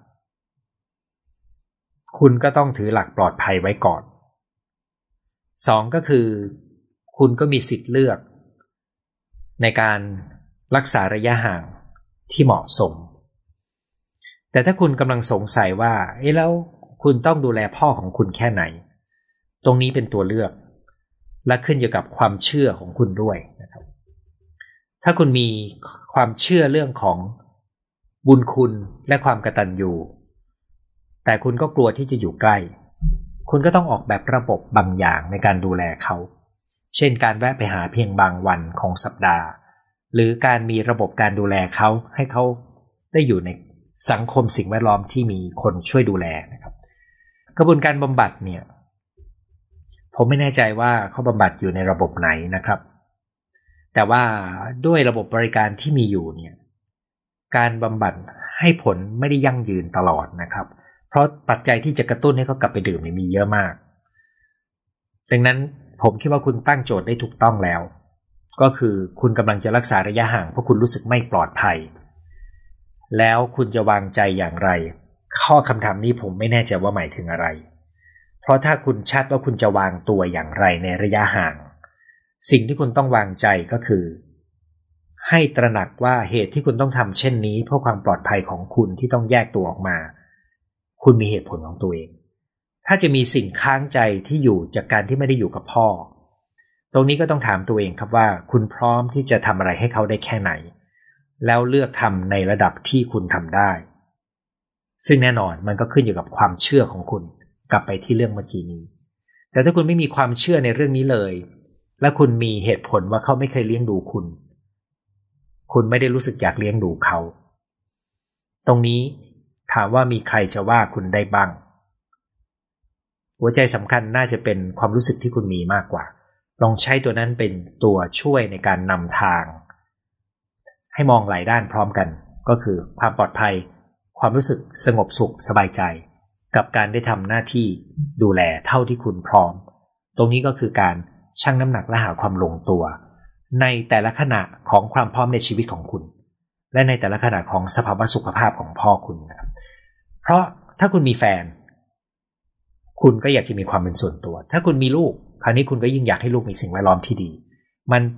คุณก็ต้องถือหลักปลอดภัยไว้ก่อน2ก็คือคุณก็มีสิทธิ์เลือกในการรักษาระยะห่างที่เหมาะสมแต่ถ้าคุณกำลังสงสัยว่าแล้วคุณต้องดูแลพ่อของคุณแค่ไหนตรงนี้เป็นตัวเลือกและขึ้นอยู่กับความเชื่อของคุณด้วยนะครับถ้าคุณมีความเชื่อเรื่องของบุญคุณและความกตัญญูแต่คุณก็กลัวที่จะอยู่ใกล้คุณก็ต้องออกแบบระบบบางอย่างในการดูแลเขาเช่นการแวะไปหาเพียงบางวันของสัปดาห์หรือการมีระบบการดูแลเขาให้เขาได้อยู่ในสังคมสิ่งแวดล้อมที่มีคนช่วยดูแลนะครับกระบวนการบำบัดเนี่ยผมไม่แน่ใจว่าเขาบำบัดอยู่ในระบบไหนนะครับแต่ว่าด้วยระบบบริการที่มีอยู่เนี่ยการบำบัดให้ผลไม่ได้ยั่งยืนตลอดนะครับเพราะปัจจัยที่จะกระตุ้นให้เขากลับไปดื่มเนี่ยมีเยอะมากดังนั้นผมคิดว่าคุณตั้งโจทย์ได้ถูกต้องแล้วก็คือคุณกำลังจะรักษาระยะห่างเพราะคุณรู้สึกไม่ปลอดภัยแล้วคุณจะวางใจอย่างไรข้อคำถามนี้ผมไม่แน่ใจว่าหมายถึงอะไรเพราะถ้าคุณชัดว่าคุณจะวางตัวอย่างไรในระยะห่างสิ่งที่คุณต้องวางใจก็คือให้ตระหนักว่าเหตุที่คุณต้องทำเช่นนี้เพื่อความปลอดภัยของคุณที่ต้องแยกตัวออกมาคุณมีเหตุผลของตัวเองถ้าจะมีสิ่งค้างใจที่อยู่จากการที่ไม่ได้อยู่กับพ่อตรงนี้ก็ต้องถามตัวเองครับว่าคุณพร้อมที่จะทำอะไรให้เขาได้แค่ไหนแล้วเลือกทำในระดับที่คุณทำได้ซึ่งแน่นอนมันก็ขึ้นอยู่กับความเชื่อของคุณกลับไปที่เรื่องเมื่อกี้นี้แต่ถ้าคุณไม่มีความเชื่อในเรื่องนี้เลยและคุณมีเหตุผลว่าเขาไม่เคยเลี้ยงดูคุณไม่ได้รู้สึกอยากเลี้ยงดูเขาตรงนี้ถามว่ามีใครจะว่าคุณได้บ้างหัวใจสำคัญน่าจะเป็นความรู้สึกที่คุณมีมากกว่าลองใช้ตัวนั้นเป็นตัวช่วยในการนำทางให้มองหลายด้านพร้อมกันก็คือความปลอดภัยความรู้สึกสงบสุขสบายใจกับการได้ทำหน้าที่ดูแลเท่าที่คุณพร้อมตรงนี้ก็คือการชั่งน้ำหนักและหาความลงตัวในแต่ละขณะของความพร้อมในชีวิตของคุณและในแต่ละขณะของสภาวะสุขภาพของพ่อคุณนะครับเพราะถ้าคุณมีแฟนคุณก็อยากจะมีความเป็นส่วนตัวถ้าคุณมีลูกคราวนี้คุณก็ยิ่งอยากให้ลูกมีสิ่งแวดล้อมที่ดีมัน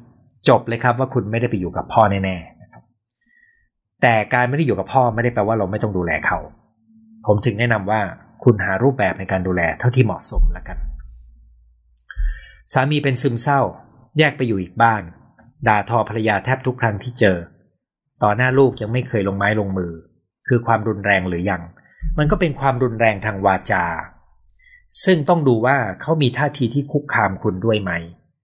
จบเลยครับว่าคุณไม่ได้ไปอยู่กับพ่อแน่ๆนะครับแต่การไม่ได้อยู่กับพ่อไม่ได้แปลว่าเราไม่ต้องดูแลเขาผมจึงแนะนำว่าคุณหารูปแบบในการดูแลเท่าที่เหมาะสมแล้วกันสามีเป็นซึมเศร้าแยกไปอยู่อีกบ้านด่าทอภรรยาแทบทุกครั้งที่เจอต่อหน้าลูกยังไม่เคยลงไม้ลงมือคือความรุนแรงหรือยังมันก็เป็นความรุนแรงทางวาจาซึ่งต้องดูว่าเขามีท่าทีที่คุกคามคุณด้วยไหม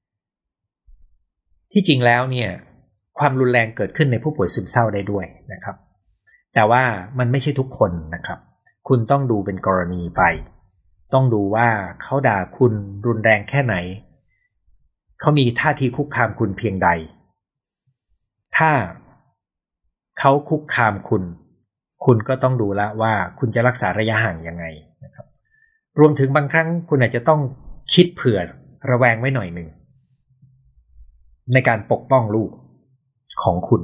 ที่จริงแล้วเนี่ยความรุนแรงเกิดขึ้นในผู้ป่วยซึมเศร้าได้ด้วยนะครับแต่ว่ามันไม่ใช่ทุกคนนะครับคุณต้องดูเป็นกรณีไปต้องดูว่าเขาด่าคุณรุนแรงแค่ไหนเขามีท่าทีคุกคามคุณเพียงใดถ้าเขาคุกคามคุณก็ต้องดูละว่าคุณจะรักษาระยะห่างยังไงนะครับรวมถึงบางครั้งคุณอาจจะต้องคิดเผื่อระแวงไว้หน่อยหนึ่งในการปกป้องลูกของคุณ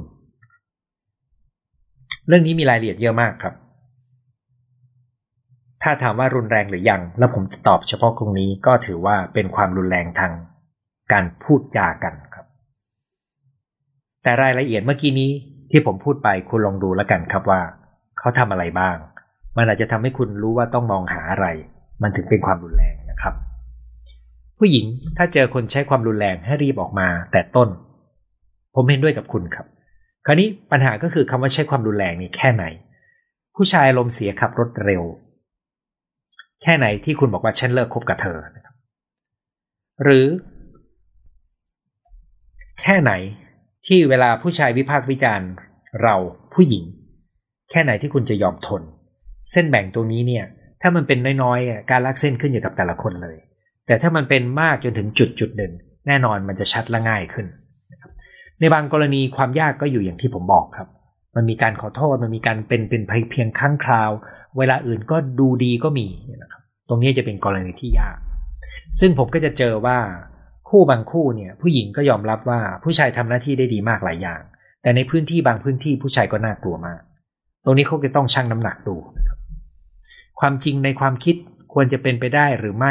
เรื่องนี้มีรายละเอียดเยอะมากครับถ้าถามว่ารุนแรงหรือยังแล้วผมจะตอบเฉพาะตรงนี้ก็ถือว่าเป็นความรุนแรงทางการพูดจากันครับแต่รายละเอียดเมื่อกี้นี้ที่ผมพูดไปคุณลองดูแล้วกันครับว่าเขาทำอะไรบ้างมันอาจจะทำให้คุณรู้ว่าต้องมองหาอะไรมันถึงเป็นความรุนแรงนะครับผู้หญิงถ้าเจอคนใช้ความรุนแรงให้รีบออกมาแต่ต้นผมเห็นด้วยกับคุณครับคราวนี้ปัญหาก็คือคำว่าใช้ความรุนแรงนี่แค่ไหนผู้ชายอารมณ์เสียขับรถเร็วแค่ไหนที่คุณบอกว่าฉันเลิกคบกับเธอนะครับหรือแค่ไหนที่เวลาผู้ชายวิพากษ์วิจารณ์เราผู้หญิงแค่ไหนที่คุณจะยอมทนเส้นแบ่งตรงนี้เนี่ยถ้ามันเป็นน้อยๆการลากเส้นขึ้นอยู่กับแต่ละคนเลยแต่ถ้ามันเป็นมากจนถึงจุดหนึ่งแน่นอนมันจะชัดและง่ายขึ้นนะครับในบางกรณีความยากก็อยู่อย่างที่ผมบอกครับมันมีการขอโทษมันมีการเป็นเพียงครั้งคราวเวลาอื่นก็ดูดีก็มีนะครับตรงนี้จะเป็นกรณีที่ยากซึ่งผมก็จะเจอว่าคู่บางคู่เนี่ยผู้หญิงก็ยอมรับว่าผู้ชายทำหน้าที่ได้ดีมากหลายอย่างแต่ในพื้นที่บางพื้นที่ผู้ชายก็น่ากลัวมากตรงนี้เขาจะต้องชั่งน้ำหนักดูนะครับความจริงในความคิดควรจะเป็นไปได้หรือไม่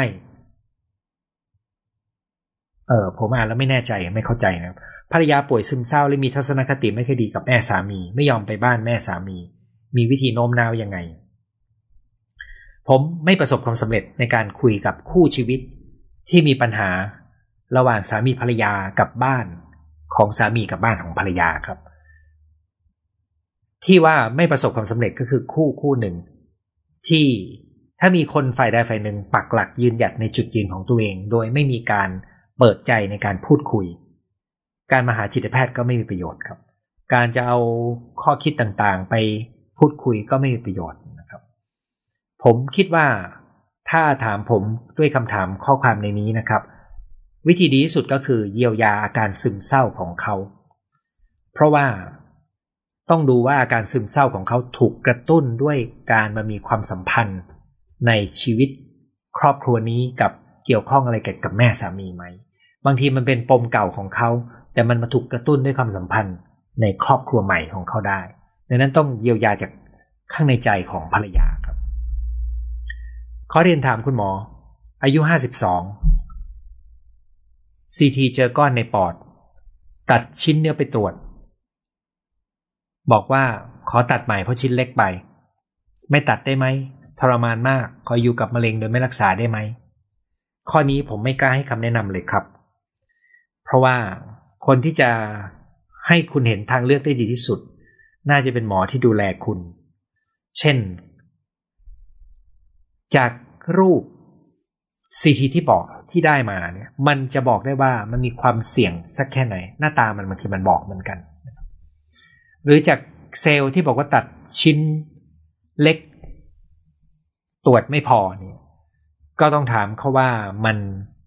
ผมอ่านแล้วไม่แน่ใจไม่เข้าใจนะครับภรรยาป่วยซึมเศร้าและมีทัศนคติไม่ค่อยดีกับแม่สามีไม่ยอมไปบ้านแม่สามีมีวิธีโน้มน้าวยังไงผมไม่ประสบความสำเร็จในการคุยกับคู่ชีวิตที่มีปัญหาระหว่างสามีภรรยากับบ้านของสามีกับบ้านของภรรยาครับที่ว่าไม่ประสบความสำเร็จก็คือคู่หนึ่งที่ถ้ามีคนฝ่ายใดฝ่ายหนึ่งปักหลักยืนหยัดในจุดยืนของตัวเองโดยไม่มีการเปิดใจในการพูดคุยการมาหาจิตแพทย์ก็ไม่มีประโยชน์ครับการจะเอาข้อคิดต่างๆไปพูดคุยก็ไม่มีประโยชน์นะครับผมคิดว่าถ้าถามผมด้วยคำถามข้อความในนี้นะครับวิธีดีที่สุดก็คือเยียวยาอาการซึมเศร้าของเขาเพราะว่าต้องดูว่าอาการซึมเศร้าของเขาถูกกระตุ้นด้วยการมามีความสัมพันธ์ในชีวิตครอบครัวนี้กับเกี่ยวข้องอะไรกับแม่สามีไหมบางทีมันเป็นปมเก่าของเขาแต่มันมาถูกกระตุ้นด้วยความสัมพันธ์ในครอบครัวใหม่ของเขาได้ดังนั้นต้องเยียวยาจากข้างในใจของภรรยาครับขอเรียนถามคุณหมออายุ52 CT เจอก้อนในปอดตัดชิ้นเนื้อไปตรวจบอกว่าขอตัดใหม่เพราะชิ้นเล็กไปไม่ตัดได้ไหมทรมานมากขออยู่กับมะเร็งโดยไม่รักษาได้ไหมข้อนี้ผมไม่กล้าให้คำแนะนำเลยครับเพราะว่าคนที่จะให้คุณเห็นทางเลือกได้ดีที่สุดน่าจะเป็นหมอที่ดูแลคุณเช่นจากรูป CT ที่บอกที่ได้มาเนี่ยมันจะบอกได้ว่ามันมีความเสี่ยงสักแค่ไหนหน้าตามันบางทีมันบอกเหมือนกันหรือจากเซลล์ที่บอกว่าตัดชิ้นเล็กตรวจไม่พอเนี่ยก็ต้องถามเขาว่ามัน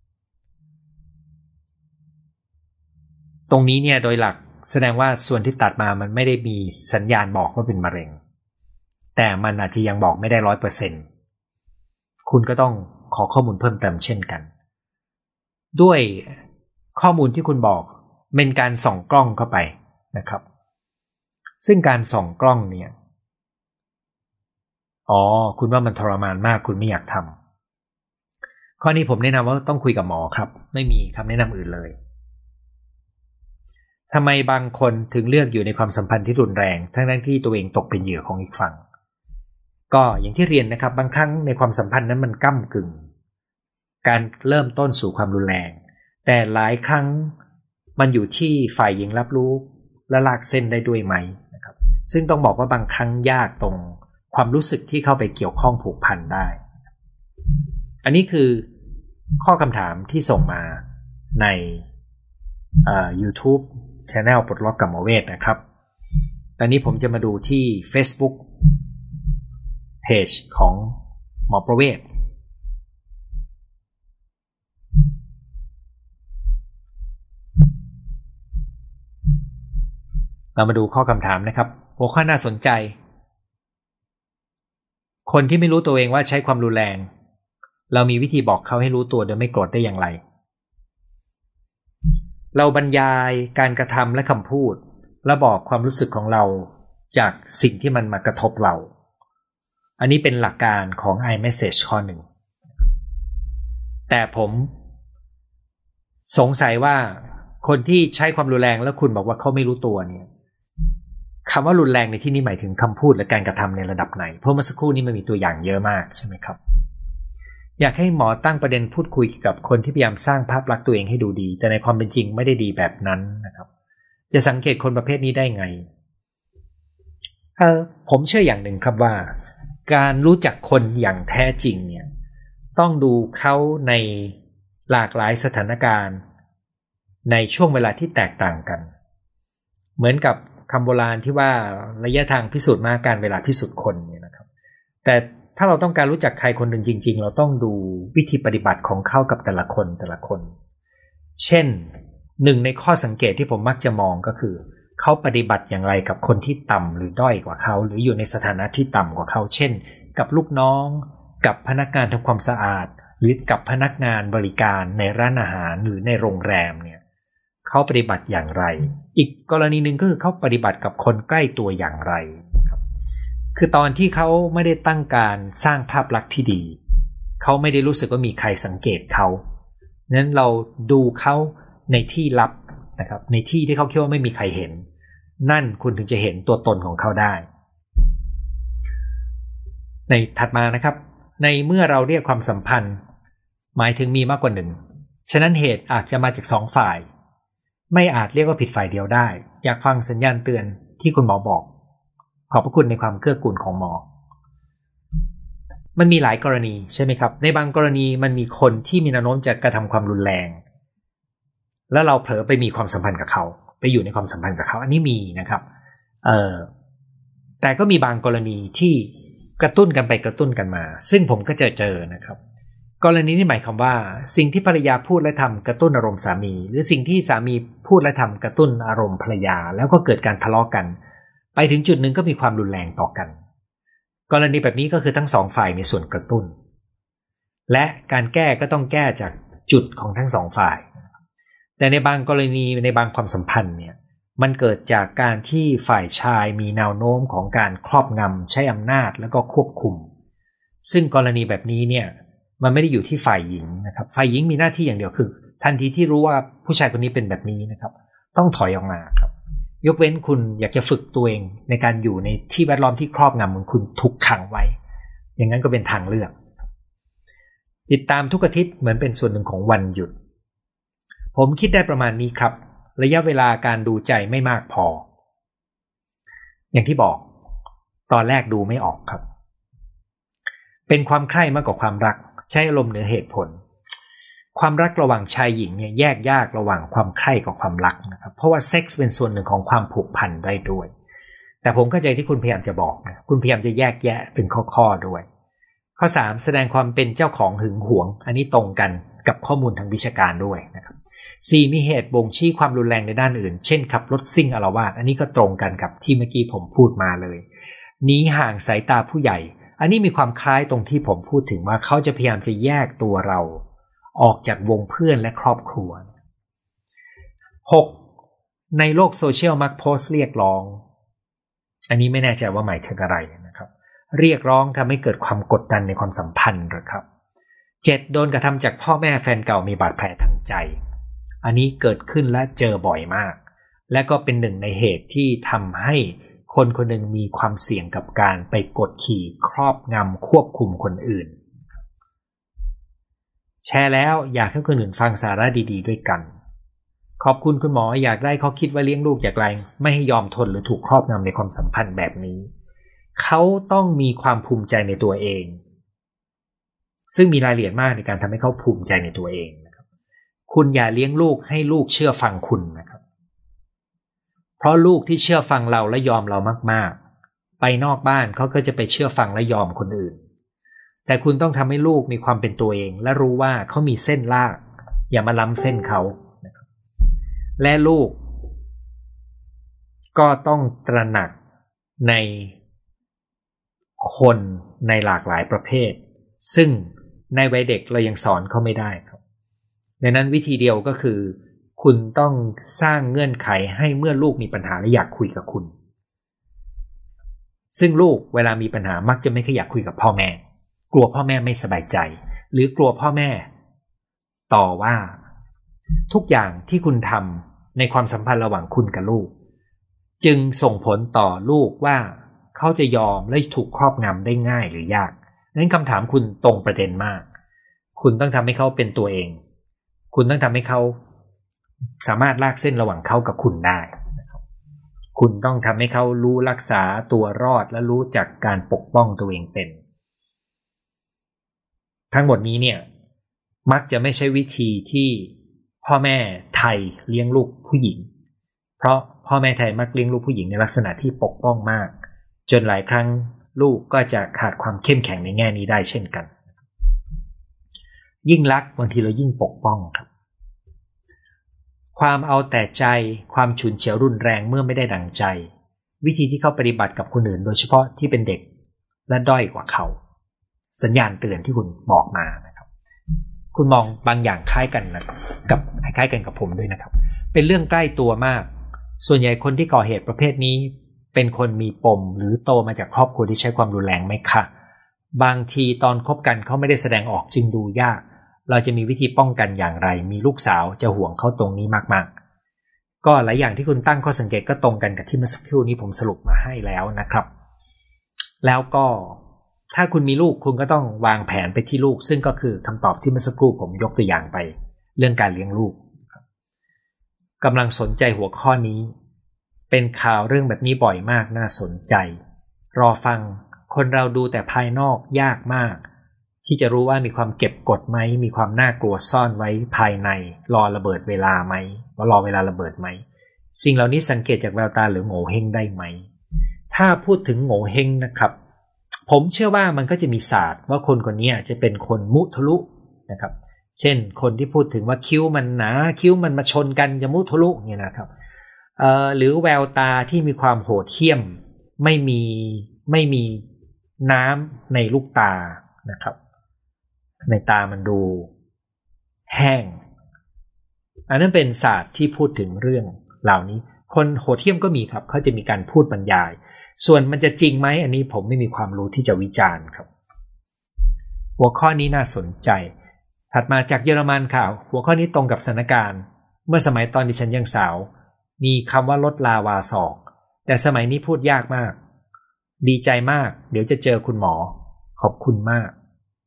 ตรงนี้เนี่ยโดยหลักแสดงว่าส่วนที่ตัดมามันไม่ได้มีสัญญาณบอกว่าเป็นมะเร็งแต่มันอาจจะยังบอกไม่ได้ 100% คุณก็ต้องขอข้อมูลเพิ่มเติมเช่นกันด้วยข้อมูลที่คุณบอกเป็นการส่องกล้องเข้าไปนะครับซึ่งการส่องกล้องเนี่ยคุณว่ามันทรมานมากคุณไม่อยากทำข้อนี้ผมแนะนำว่าต้องคุยกับหมอครับไม่มีคำแนะนำอื่นเลยทำไมบางคนถึงเลือกอยู่ในความสัมพันธ์ที่รุนแรงทั้งที่ตัวเองตกเป็นเหยื่อของอีกฝั่งก็อย่างที่เรียนนะครับบางครั้งในความสัมพันธ์นั้นมันก้ำกึ่งการเริ่มต้นสู่ความรุนแรงแต่หลายครั้งมันอยู่ที่ฝ่ายหญิงรับรู้และลากเส้นได้ด้วยไหมนะครับซึ่งต้องบอกว่าบางครั้งยากตรงความรู้สึกที่เข้าไปเกี่ยวข้องผูกพันได้อันนี้คือข้อคำถามที่ส่งมาในYouTube Channel ปลดล็อกกับหมอเวทนะครับตอนนี้ผมจะมาดูที่ Facebook Page ของหมอประเวศเรามาดูข้อคำถามนะครับหัวข้อน่าสนใจคนที่ไม่รู้ตัวเองว่าใช้ความรุนแรงเรามีวิธีบอกเขาให้รู้ตัวโดยไม่โกรธได้อย่างไรเราบรรยายการกระทำและคำพูดและบอกความรู้สึกของเราจากสิ่งที่มันมากระทบเราอันนี้เป็นหลักการของ iMessage ข้อหนึ่งแต่ผมสงสัยว่าคนที่ใช้ความรุนแรงแล้วคุณบอกว่าเขาไม่รู้ตัวเนี่ยคำว่ารุนแรงในที่นี้หมายถึงคำพูดและการกระทำในระดับไหนเพราะเมื่อสักครู่นี้มันมีตัวอย่างเยอะมากใช่ไหมครับอยากให้หมอตั้งประเด็นพูดคุยกับคนที่พยายามสร้างภาพลักษณ์ตัวเองให้ดูดีแต่ในความเป็นจริงไม่ได้ดีแบบนั้นนะครับจะสังเกตคนประเภทนี้ได้ไงผมเชื่ออย่างหนึ่งครับว่าการรู้จักคนอย่างแท้จริงเนี่ยต้องดูเขาในหลากหลายสถานการณ์ในช่วงเวลาที่แตกต่างกันเหมือนกับคำโบราณที่ว่าระยะทางพิสูจน์มาการเวลาพิสูจน์คนเนี่ยนะครับแต่ถ้าเราต้องการรู้จักใครคนหนึ่งจริงๆเราต้องดูวิธีปฏิบัติของเขากับแต่ละคนเช่นหนึ่งในข้อสังเกตที่ผมมักจะมองก็คือเขาปฏิบัติอย่างไรกับคนที่ต่ำหรือด้อยกว่าเขาหรืออยู่ในสถานะที่ต่ำกว่าเขาเช่นกับลูกน้องกับพนักงานทำความสะอาดหรือกับพนักงานบริการในร้านอาหารหรือในโรงแรมเนี่ยเขาปฏิบัติอย่างไรอีกกรณีหนึ่งก็คือเขาปฏิบัติกับคนใกล้ตัวอย่างไรครับคือตอนที่เขาไม่ได้ตั้งการสร้างภาพลักษณ์ที่ดีเขาไม่ได้รู้สึกว่ามีใครสังเกตเขานั้นเราดูเขาในที่ลับนะครับในที่ที่เขาคิดว่าไม่มีใครเห็นนั่นคุณถึงจะเห็นตัวตนของเขาได้ในถัดมานะครับในเมื่อเราเรียกความสัมพันธ์หมายถึงมีมากกว่าหนึ่งฉะนั้นเหตุอาจจะมาจากสองฝ่ายไม่อาจเรียกว่าผิดฝ่ายเดียวได้อยากฟังสัญญาณเตือนที่คุณหมอบอกขอบพระคุณในความเกื้อกูลของหมอมันมีหลายกรณีใช่ไหมครับในบางกรณีมันมีคนที่มีแนวโน้มจะกระทำความรุนแรงแล้วเราเผลอไปมีความสัมพันธ์กับเขาไปอยู่ในความสัมพันธ์กับเขาอันนี้มีนะครับแต่ก็มีบางกรณีที่กระตุ้นกันไปกระตุ้นกันมาซึ่งผมก็จะเจอนะครับกรณีนี้หมายความว่าสิ่งที่ภรรยาพูดและทำกระตุ้นอารมณ์สามีหรือสิ่งที่สามีพูดและทำกระตุ้นอารมณ์ภรรยาแล้วก็เกิดการทะเลาะกันไปถึงจุดหนึ่งก็มีความรุนแรงต่อกันกรณีแบบนี้ก็คือทั้งสองฝ่ายมีส่วนกระตุ้นและการแก้ก็ต้องแก้จากจุดของทั้งสองฝ่ายแต่ในบางกรณีในบางความสัมพันธ์เนี่ยมันเกิดจากการที่ฝ่ายชายมีแนวโน้มของการครอบงำใช้อำนาจแล้วก็ควบคุมซึ่งกรณีแบบนี้เนี่ยมันไม่ได้อยู่ที่ฝ่ายหญิงนะครับฝ่ายหญิงมีหน้าที่อย่างเดียวคือทันทีที่รู้ว่าผู้ชายคนนี้เป็นแบบนี้นะครับต้องถอยออกมาครับยกเว้นคุณอยากจะฝึกตัวเองในการอยู่ในที่แวดล้อมที่ครอบงำเหมือนคุณถูกขังไว้อย่างนั้นก็เป็นทางเลือกติดตามทุกอาทิตย์เหมือนเป็นส่วนหนึ่งของวันหยุดผมคิดได้ประมาณนี้ครับระยะเวลาการดูใจไม่มากพออย่างที่บอกตอนแรกดูไม่ออกครับเป็นความใคร่มากกว่าความรักใช้อารมณ์เหนือเหตุผลความรักระหว่างชายหญิงเนี่ยแยกยากระหว่างความใคร่กับความรักนะครับเพราะว่าเซ็กส์เป็นส่วนหนึ่งของความผูกพันได้ด้วยแต่ผมเข้าใจที่คุณพยายามจะบอกนะคุณพยายามจะแยกแยะเป็นข้อๆด้วยข้อ3แสดงความเป็นเจ้าของหึงหวงอันนี้ตรงกันกับข้อมูลทางวิชาการด้วยนะครับ4มีเหตุบ่งชี้ความรุนแรงในด้านอื่นเช่นขับรถซิ่งอาละวาดอันนี้ก็ตรงกันกับที่เมื่อกี้ผมพูดมาเลยหนีห่างสายตาผู้ใหญ่อันนี้มีความคล้ายตรงที่ผมพูดถึงว่าเขาจะพยายามจะแยกตัวเราออกจากวงเพื่อนและครอบครัว 6. ในโลกโซเชียลมักโพสต์เรียกร้องอันนี้ไม่แน่ใจว่าหมายถึงอะไรนะครับเรียกร้องทำให้เกิดความกดดันในความสัมพันธ์หรือครับ 7. โดนกระทำจากพ่อแม่แฟนเก่ามีบาดแผลทางใจอันนี้เกิดขึ้นและเจอบ่อยมากและก็เป็นหนึ่งในเหตุที่ทำให้คนคนหนึ่งมีความเสี่ยงกับการไปกดขี่ครอบงำควบคุมคนอื่นแชร์แล้วอยากให้คนอื่นฟังสาระดีๆด้วยกันขอบคุณคุณหมออยากได้ข้อคิดว่าเลี้ยงลูกอย่างไรไม่ให้ยอมทนหรือถูกครอบงำในความสัมพันธ์แบบนี้เขาต้องมีความภูมิใจในตัวเองซึ่งมีรายละเอียดมากในการทำให้เขาภูมิใจในตัวเองนะครับคุณอย่าเลี้ยงลูกให้ลูกเชื่อฟังคุณนะครับเพราะลูกที่เชื่อฟังเราและยอมเรามากๆไปนอกบ้านเขาก็จะไปเชื่อฟังและยอมคนอื่นแต่คุณต้องทำให้ลูกมีความเป็นตัวเองและรู้ว่าเขามีเส้นลากอย่ามาล้ำเส้นเขานะครับและลูกก็ต้องตระหนักในคนในหลากหลายประเภทซึ่งในวัยเด็กเรายังสอนเขาไม่ได้ครับดังนั้นวิธีเดียวก็คือคุณต้องสร้างเงื่อนไขให้เมื่อลูกมีปัญหาและอยากคุยกับคุณซึ่งลูกเวลามีปัญหามักจะไม่ค่อยอยากคุยกับพ่อแม่กลัวพ่อแม่ไม่สบายใจหรือกลัวพ่อแม่ต่อว่าทุกอย่างที่คุณทำในความสัมพันธ์ระหว่างคุณกับลูกจึงส่งผลต่อลูกว่าเขาจะยอมและถูกครอบงำได้ง่ายหรือยากนั้นคำถามคุณตรงประเด็นมากคุณต้องทำให้เขาเป็นตัวเองคุณต้องทำให้เขาสามารถลากเส้นระหว่างเขากับคุณได้คุณต้องทำให้เขารู้รักษาตัวรอดและรู้จักการปกป้องตัวเองเป็นทั้งหมดนี้เนี่ยมักจะไม่ใช่วิธีที่พ่อแม่ไทยเลี้ยงลูกผู้หญิงเพราะพ่อแม่ไทยมักเลี้ยงลูกผู้หญิงในลักษณะที่ปกป้องมากจนหลายครั้งลูกก็จะขาดความเข้มแข็งในแง่นี้ได้เช่นกันยิ่งรักบางทีเรายิ่งปกป้องครับความเอาแต่ใจความฉุนเฉียวรุนแรงเมื่อไม่ได้ดั่งใจวิธีที่เขาปฏิบัติกับคนอื่นโดยเฉพาะที่เป็นเด็กและด้อยกว่าเขาสัญญาณเตือนที่คุณบอกมานะครับคุณมองบางอย่างคล้ายกันนะกับคล้ายกันกับผมด้วยนะครับเป็นเรื่องใกล้ตัวมากส่วนใหญ่คนที่ก่อเหตุประเภทนี้เป็นคนมีปมหรือโตมาจากครอบครัวที่ใช้ความรุนแรงไหมคะบางทีตอนคบกันเขาไม่ได้แสดงออกจึงดูยากเราจะมีวิธีป้องกันอย่างไรมีลูกสาวจะห่วงเขาตรงนี้มากๆก็หลายอย่างที่คุณตั้งข้อสังเกตก็ตรงกันกับที่เมื่อสักครู่นี้ผมสรุปมาให้แล้วนะครับแล้วก็ถ้าคุณมีลูกคุณก็ต้องวางแผนไปที่ลูกซึ่งก็คือคำตอบที่เมื่อสักครู่ผมยกตัวอย่างไปเรื่องการเลี้ยงลูกกำลังสนใจหัวข้อนี้เป็นข่าวเรื่องแบบนี้บ่อยมากน่าสนใจรอฟังคนเราดูแต่ภายนอกยากมากที่จะรู้ว่ามีความเก็บกดไหมมีความน่ากลัวซ่อนไว้ภายในรอระเบิดเวลาไหมว่ารอเวลาระเบิดไหมสิ่งเหล่านี้สังเกตจากแววตาหรือโง่เฮงได้ไหมถ้าพูดถึงโง่เฮงนะครับผมเชื่อว่ามันก็จะมีศาสตร์ว่าคนคนนี้จะเป็นคนมุทะลุนะครับเช่นคนที่พูดถึงว่าคิ้วมันหนาคิ้วมันมาชนกันจะมุทะลุอย่างนี้นะครับหรือแววตาที่มีความโหดเหี้ยมไม่มีน้ำในลูกตานะครับในตามันดูแห้งอันนั้นเป็นศาสตร์ที่พูดถึงเรื่องเหล่านี้คนโหดเหี้ยมก็มีครับเขาจะมีการพูดบรรยายส่วนมันจะจริงไหมอันนี้ผมไม่มีความรู้ที่จะวิจารณ์ครับหัวข้อนี้น่าสนใจถัดมาจากเยอรมันค่ะหัวข้อนี้ตรงกับสถานการณ์เมื่อสมัยตอนดิฉันยังสาวมีคำว่าลดลาวาศอกแต่สมัยนี้พูดยากมากดีใจมากเดี๋ยวจะเจอคุณหมอขอบคุณมาก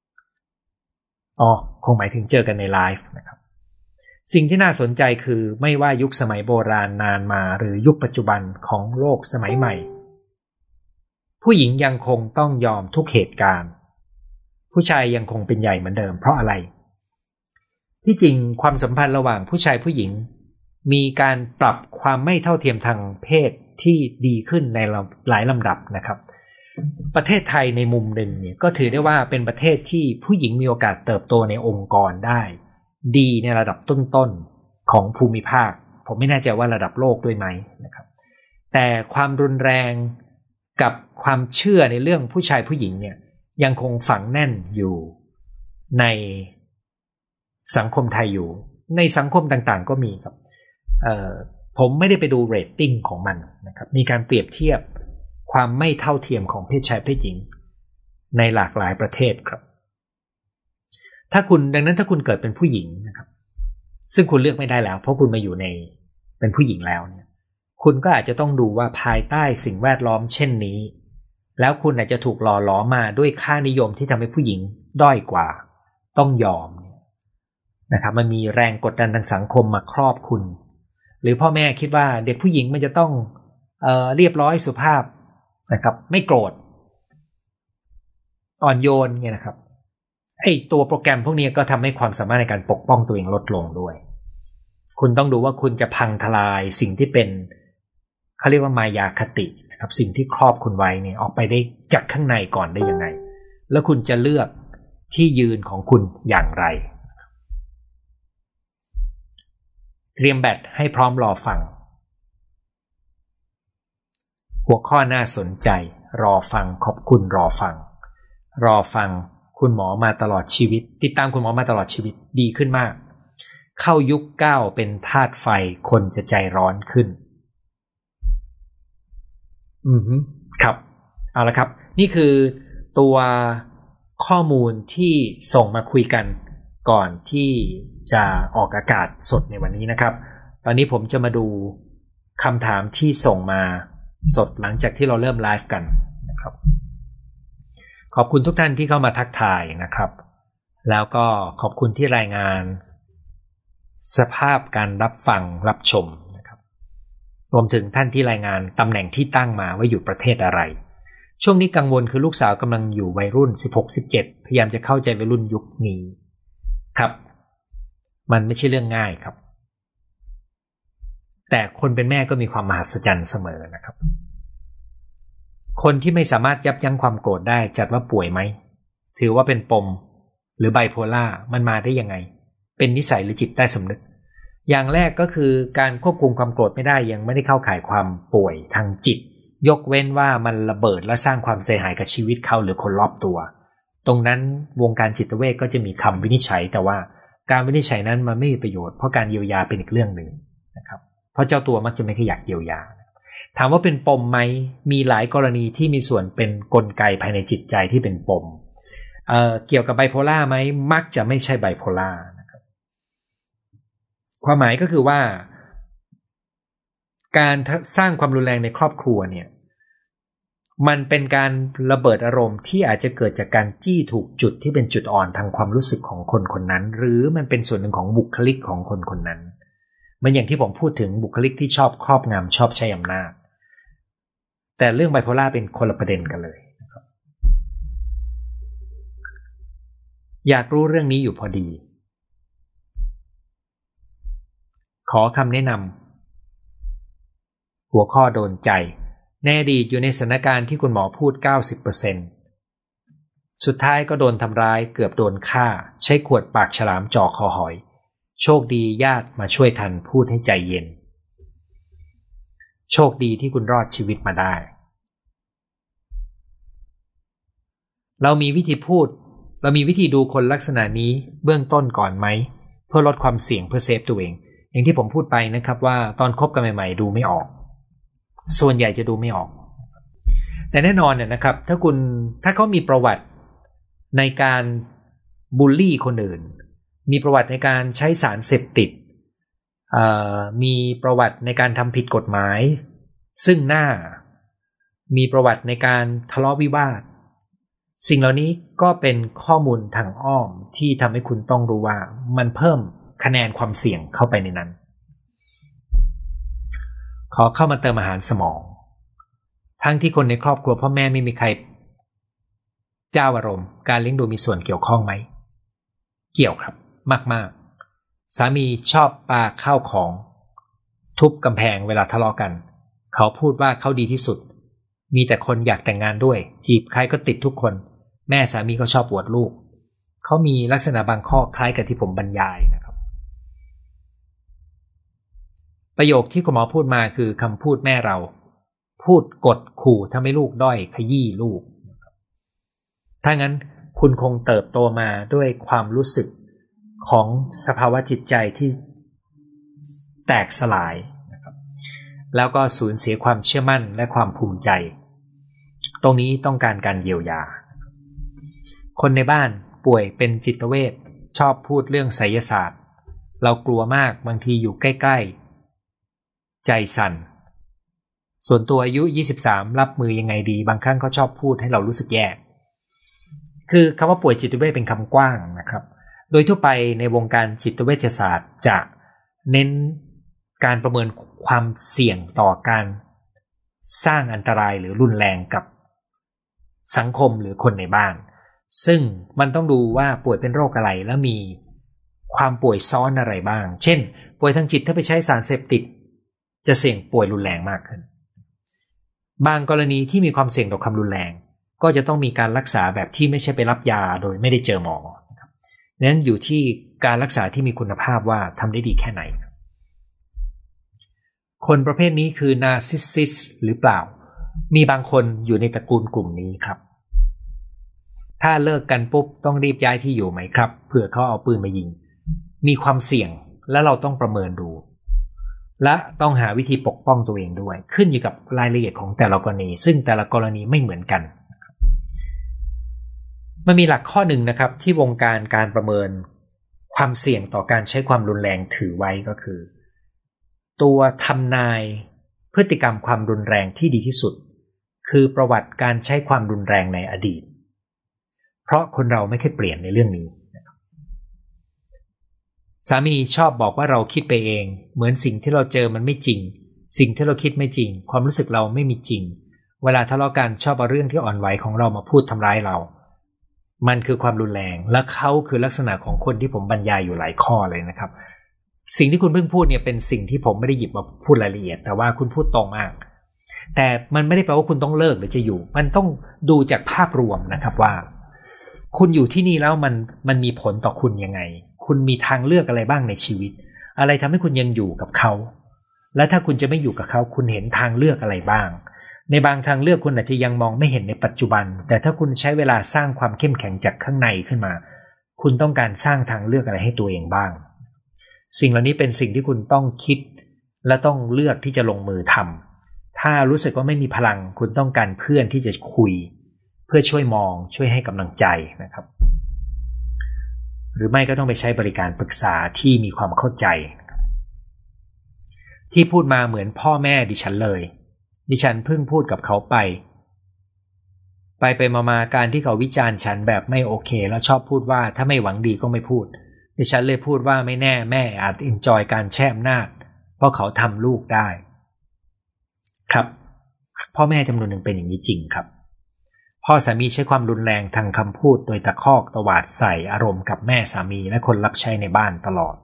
คงหมายถึงเจอกันในไลฟ์นะครับสิ่งที่น่าสนใจคือไม่ว่ายุคสมัยโบราณนานมาหรือยุคปัจจุบันของโลกสมัยใหม่ผู้หญิงยังคงต้องยอมทุกเหตุการณ์ผู้ชายยังคงเป็นใหญ่เหมือนเดิมเพราะอะไรที่จริงความสัมพันธ์ระหว่างผู้ชายผู้หญิงมีการปรับความไม่เท่าเทียมทางเพศที่ดีขึ้นในหลายลำดับนะครับประเทศไทยในมุมหนึ่งเนี่ยก็ถือได้ว่าเป็นประเทศที่ผู้หญิงมีโอกาสเติบโตในองค์กรได้ดีในระดับต้นๆของภูมิภาคผมไม่แน่ใจว่าระดับโลกด้วยไหมนะครับแต่ความรุนแรงกับความเชื่อในเรื่องผู้ชายผู้หญิงเนี่ยยังคงฝังแน่นอยู่ในสังคมไทยอยู่ในสังคมต่างๆก็มีครับผมไม่ได้ไปดูเรตติ้งของมันนะครับมีการเปรียบเทียบความไม่เท่าเทียมของเพศชายเพศหญิงในหลากหลายประเทศครับดังนั้นถ้าคุณเกิดเป็นผู้หญิงนะครับซึ่งคุณเลือกไม่ได้แล้วเพราะคุณมาอยู่ในเป็นผู้หญิงแล้วเนี่ยคุณก็อาจจะต้องดูว่าภายใต้สิ่งแวดล้อมเช่นนี้แล้วคุณอาจจะถูกหล่อหลอมมาด้วยค่านิยมที่ทำให้ผู้หญิงด้อยกว่าต้องยอมนะครับมันมีแรงกดดันทางสังคมมาครอบคุณหรือพ่อแม่คิดว่าเด็กผู้หญิงมันจะต้องเรียบร้อยสุภาพนะครับไม่โกรธอ่อนโยนเนี่ยนะครับไอ้ตัวโปรแกรมพวกนี้ก็ทำให้ความสามารถในการปกป้องตัวเองลดลงด้วยคุณต้องดูว่าคุณจะพังทลายสิ่งที่เป็นเขาเรียกว่ามายาคตินะครับสิ่งที่ครอบคุณไว้เนี่ยออกไปได้จากข้างในก่อนได้ยังไงแล้วคุณจะเลือกที่ยืนของคุณอย่างไรเตรียมแบตให้พร้อมรอฟังหัวข้อน่าสนใจรอฟังขอบคุณรอฟังคุณหมอมาตลอดชีวิตติดตามคุณหมอมาตลอดชีวิตดีขึ้นมากเข้ายุค9เป็นธาตุไฟคนจะใจร้อนขึ้นครับเอาละครับนี่คือตัวข้อมูลที่ส่งมาคุยกันก่อนที่จะออกอากาศสดในวันนี้นะครับตอนนี้ผมจะมาดูคำถามที่ส่งมาสดหลังจากที่เราเริ่มไลฟ์กันนะครับขอบคุณทุกท่านที่เข้ามาทักทายนะครับแล้วก็ขอบคุณที่รายงานสภาพการรับฟังรับชมนะครับรวมถึงท่านที่รายงานตำแหน่งที่ตั้งมาว่าอยู่ประเทศอะไรช่วงนี้กังวลคือลูกสาวกำลังอยู่วัยรุ่น 16-17 พยายามจะเข้าใจวัยรุ่นยุคนี้ครับมันไม่ใช่เรื่องง่ายครับแต่คนเป็นแม่ก็มีความมหัศจรรย์เสมอนะครับคนที่ไม่สามารถยับยั้งความโกรธได้จัดว่าป่วยไหมถือว่าเป็นปมหรือไบโพล่ามันมาได้ยังไงเป็นนิสัยหรือจิตใต้สำนึกอย่างแรกก็คือการควบคุมความโกรธไม่ได้ยังไม่ได้เข้าข่ายความป่วยทางจิตยกเว้นว่ามันระเบิดและสร้างความเสียหายกับชีวิตเขาหรือคนรอบตัวตรงนั้นวงการจิตเวชก็จะมีคำวินิจฉัยแต่ว่าการวินิจฉัยนั้นมันไม่มีประโยชน์เพราะการเยียวยาเป็นอีกเรื่องหนึ่งนะครับเพราะเจ้าตัวมักจะไม่อยากเยียวยาถามว่าเป็นปมไหมมีหลายกรณีที่มีส่วนเป็นกลไกภายในจิตใจที่เป็นปมเกี่ยวกับไบโพล่าไหมมักจะไม่ใช่ไบโพล่านะครับความหมายก็คือว่าการสร้างความรุนแรงในครอบครัวเนี่ยมันเป็นการระเบิดอารมณ์ที่อาจจะเกิดจากการจี้ถูกจุดที่เป็นจุดอ่อนทางความรู้สึกของคนคนนั้นหรือมันเป็นส่วนหนึ่งของบุคลิกของคนคนนั้นมันอย่างที่ผมพูดถึงบุคลิกที่ชอบครอบงำชอบใช้อำนาจแต่เรื่องไบโพล่าเป็นคนละประเด็นกันเลยอยากรู้เรื่องนี้อยู่พอดีขอคำแนะนำหัวข้อโดนใจในอดีตอยู่ในสถานการณ์ที่คุณหมอพูด 90% สุดท้ายก็โดนทำร้ายเกือบโดนฆ่าใช้ขวดปากฉลามจ่อคอหอยโชคดีญาติมาช่วยทันพูดให้ใจเย็นโชคดีที่คุณรอดชีวิตมาได้เรามีวิธีดูคนลักษณะนี้เบื้องต้นก่อนไหมเพื่อลดความเสี่ยงเพื่อเซฟตัวเองอย่างที่ผมพูดไปนะครับว่าตอนคบกันใหม่ๆดูไม่ออกส่วนใหญ่จะดูไม่ออกแต่แน่นอนเนี่ยนะครับถ้าเขามีประวัติในการบูลลี่คนอื่นมีประวัติในการใช้สารเสพติดมีประวัติในการทำผิดกฎหมายซึ่งหน้ามีประวัติในการทะเลาะวิวาทสิ่งเหล่านี้ก็เป็นข้อมูลทางอ้อมที่ทำให้คุณต้องรู้ว่ามันเพิ่มคะแนนความเสี่ยงเข้าไปในนั้นขอเข้ามาเติมอาหารสมองทั้งที่คนในครอบครัวพ่อแม่ไม่มีใครเจ้าอารมณ์การเลี้ยงดูมีส่วนเกี่ยวข้องไหมเกี่ยวครับมากๆสามีชอบปาข้าวของทุบกำแพงเวลาทะเลาะกันเขาพูดว่าเขาดีที่สุดมีแต่คนอยากแต่งงานด้วยจีบใครก็ติดทุกคนแม่สามีก็ชอบอวดลูกเขามีลักษณะบางข้อคล้ายกับที่ผมบรรยายนะครับประโยคที่คุณหมอพูดมาคือคำพูดแม่เราพูดกดขู่ทำให้ลูกด้อยขยี้ลูกถ้างั้นคุณคงเติบโตมาด้วยความรู้สึกของสภาวะจิตใจที่แตกสลายนะครับแล้วก็สูญเสียความเชื่อมั่นและความภูมิใจตรงนี้ต้องการการเยียวยาคนในบ้านป่วยเป็นจิตเวชชอบพูดเรื่องไสยศาสตร์เรากลัวมากบางทีอยู่ใกล้ๆใจสั่นส่วนตัวอายุ23รับมือยังไงดีบางครั้งเขาชอบพูดให้เรารู้สึกแย่คือคำว่าป่วยจิตเวชเป็นคำกว้างนะครับโดยทั่วไปในวงการจิตเวชศาสตร์จะเน้นการประเมินความเสี่ยงต่อการสร้างอันตรายหรือรุนแรงกับสังคมหรือคนในบ้านซึ่งมันต้องดูว่าป่วยเป็นโรคอะไรแล้วมีความป่วยซ้อนอะไรบ้างเช่นป่วยทางจิตถ้าไปใช้สารเสพติดจะเสี่ยงป่วยรุนแรงมากขึ้นบางกรณีที่มีความเสี่ยงต่อความรุนแรงก็จะต้องมีการรักษาแบบที่ไม่ใช่ไปรับยาโดยไม่ได้เจอหมอนั้นอยู่ที่การรักษาที่มีคุณภาพว่าทำได้ดีแค่ไหนคนประเภทนี้คือ narcissist หรือเปล่ามีบางคนอยู่ในตระกูลกลุ่มนี้ครับถ้าเลิกกันปุ๊บต้องรีบย้ายที่อยู่ไหมครับเผื่อเขาเอาปืนมายิงมีความเสี่ยงและเราต้องประเมินดูและต้องหาวิธีปกป้องตัวเองด้วยขึ้นอยู่กับรายละเอียดของแต่ละกรณีซึ่งแต่ละกรณีไม่เหมือนกันมันมีหลักข้อหนึ่งนะครับที่วงการประเมินความเสี่ยงต่อการใช้ความรุนแรงถือไว้ก็คือตัวทำนายพฤติกรรมความรุนแรงที่ดีที่สุดคือประวัติการใช้ความรุนแรงในอดีตเพราะคนเราไม่เคยเปลี่ยนในเรื่องนี้สามีชอบบอกว่าเราคิดไปเองเหมือนสิ่งที่เราเจอมันไม่จริงสิ่งที่เราคิดไม่จริงความรู้สึกเราไม่มีจริงเวลาทะเลาะกันชอบเอาเรื่องที่อ่อนไหวของเรามาพูดทำร้ายเรามันคือความรุนแรงและเขาคือลักษณะของคนที่ผมบรรยายอยู่หลายข้อเลยนะครับสิ่งที่คุณเพิ่งพูดเนี่ยเป็นสิ่งที่ผมไม่ได้หยิบมาพูดรายละเอียดแต่ว่าคุณพูดตรงมากแต่มันไม่ได้แปลว่าคุณต้องเลิกหรือจะอยู่มันต้องดูจากภาพรวมนะครับว่าคุณอยู่ที่นี่แล้วมันมีผลต่อคุณยังไงคุณมีทางเลือกอะไรบ้างในชีวิตอะไรทำให้คุณยังอยู่กับเขาและถ้าคุณจะไม่อยู่กับเขาคุณเห็นทางเลือกอะไรบ้างในบางทางเลือกคุณอาจจะยังมองไม่เห็นในปัจจุบันแต่ถ้าคุณใช้เวลาสร้างความเข้มแข็งจากข้างในขึ้นมาคุณต้องการสร้างทางเลือกอะไรให้ตัวเองบ้างสิ่งเหล่านี้เป็นสิ่งที่คุณต้องคิดและต้องเลือกที่จะลงมือทำถ้ารู้สึกว่าไม่มีพลังคุณต้องการเพื่อนที่จะคุยเพื่อช่วยมองช่วยให้กำลังใจนะครับหรือไม่ก็ต้องไปใช้บริการปรึกษาที่มีความเข้าใจที่พูดมาเหมือนพ่อแม่ดิฉันเลยดิฉันเพิ่งพูดกับเขาไปมาการที่เขาวิจารณ์ฉันแบบไม่โอเคแล้วชอบพูดว่าถ้าไม่หวังดีก็ไม่พูดดิฉันเลยพูดว่าไม่แน่แม่อาจเอนจอยการแช่อำนาจเพราะเขาทำลูกได้ครับพ่อแม่จำนวนหนึ่งเป็นอย่างนี้จริงครับพ่อสามีใช้ความรุนแรงทางคำพูดโดยตะคอกตวาดใส่อารมณ์กับแม่สามีและคนรับใช้ในบ้านตลอด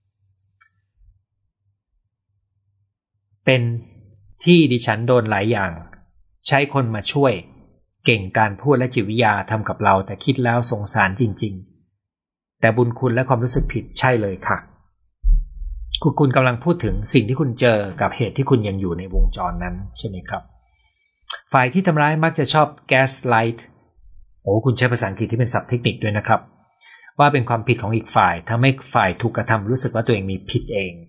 เป็นที่ดิฉันโดนหลายอย่างใช้คนมาช่วยเก่งการพูดและจิตวิทยาทำกับเราแต่คิดแล้วสงสารจริงๆแต่บุญคุณและความรู้สึกผิดใช่เลยค่ะคุณกำลังพูดถึงสิ่งที่คุณเจอกับเหตุที่คุณยังอยู่ในวงจรนั้นใช่ไหมครับฝ่ายที่ทำร้ายมักจะชอบ gaslight คุณใช้ภาษาอังกฤษที่เป็นศัพท์เทคนิคด้วยนะครับว่าเป็นความผิดของอีกฝ่ายทำให้ฝ่ายถูกกระทำรู้สึกว่าตัวเองมีผิดเอง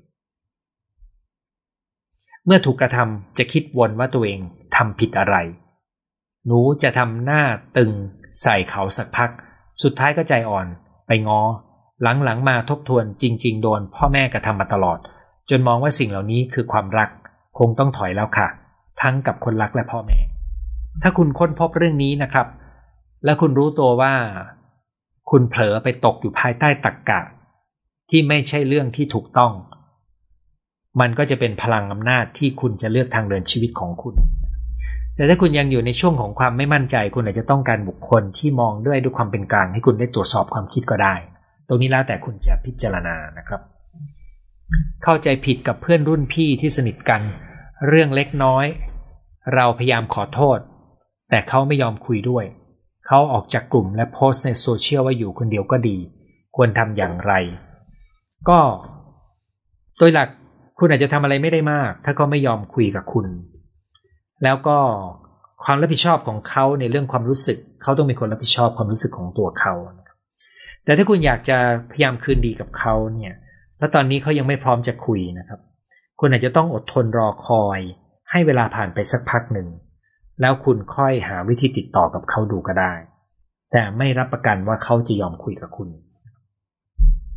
เมื่อถูกกระทำจะคิดวนว่าตัวเองทำผิดอะไรหนูจะทำหน้าตึงใส่เขาสักพักสุดท้ายก็ใจอ่อนไปง้อหลังมาทบทวนจริงๆโดนพ่อแม่กระทำมาตลอดจนมองว่าสิ่งเหล่านี้คือความรักคงต้องถอยแล้วค่ะทั้งกับคนรักและพ่อแม่ถ้าคุณค้นพบเรื่องนี้นะครับและคุณรู้ตัวว่าคุณเผลอไปตกอยู่ภายใต้ตรรกะที่ไม่ใช่เรื่องที่ถูกต้องมันก็จะเป็นพลังอำนาจที่คุณจะเลือกทางเดินชีวิตของคุณแต่ถ้าคุณยังอยู่ในช่วงของความไม่มั่นใจคุณอาจจะต้องการบุคคลที่มองด้วยความเป็นกลางให้คุณได้ตรวจสอบความคิดก็ได้ตรงนี้แล้วแต่คุณจะพิจารณานะครับเข้าใจผิดกับเพื่อนรุ่นพี่ที่สนิทกันเรื่องเล็กน้อยเราพยายามขอโทษแต่เขาไม่ยอมคุยด้วยเขาออกจากกลุ่มและโพสต์ในโซเชียลว่าอยู่คนเดียวก็ดีควรทำอย่างไรก็โดยหลักคุณอาจจะทำอะไรไม่ได้มากถ้าเขาไม่ยอมคุยกับคุณแล้วก็ความรับผิดชอบของเขาในเรื่องความรู้สึกเขาต้องเป็นคนรับผิดชอบความรู้สึกของตัวเขาแต่ถ้าคุณอยากจะพยายามคืนดีกับเขาเนี่ยแล้วตอนนี้เขายังไม่พร้อมจะคุยนะครับคุณอาจจะต้องอดทนรอคอยให้เวลาผ่านไปสักพักหนึ่งแล้วคุณค่อยหาวิธีติดต่อกับเขาดูก็ได้แต่ไม่รับประกันว่าเขาจะยอมคุยกับคุณ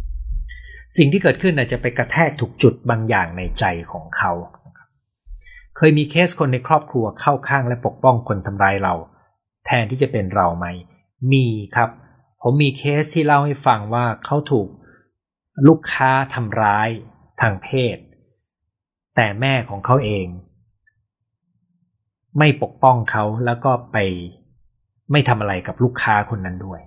สิ่งที่เกิดขึ้นอาจจะไปกระแทกถูกจุดบางอย่างในใจของเขาเคยมีเคสคนในครอบครัวเข้าข้างและปกป้องคนทำร้ายเราแทนที่จะเป็นเราไหมมีครับผมมีเคสที่เล่าให้ฟังว่าเขาถูกลูกค้าทำร้ายทางเพศแต่แม่ของเขาเองไม่ปกป้องเขาแล้วก็ไปไม่ทำอะไรกับลูกค้าคนนั้นด้วย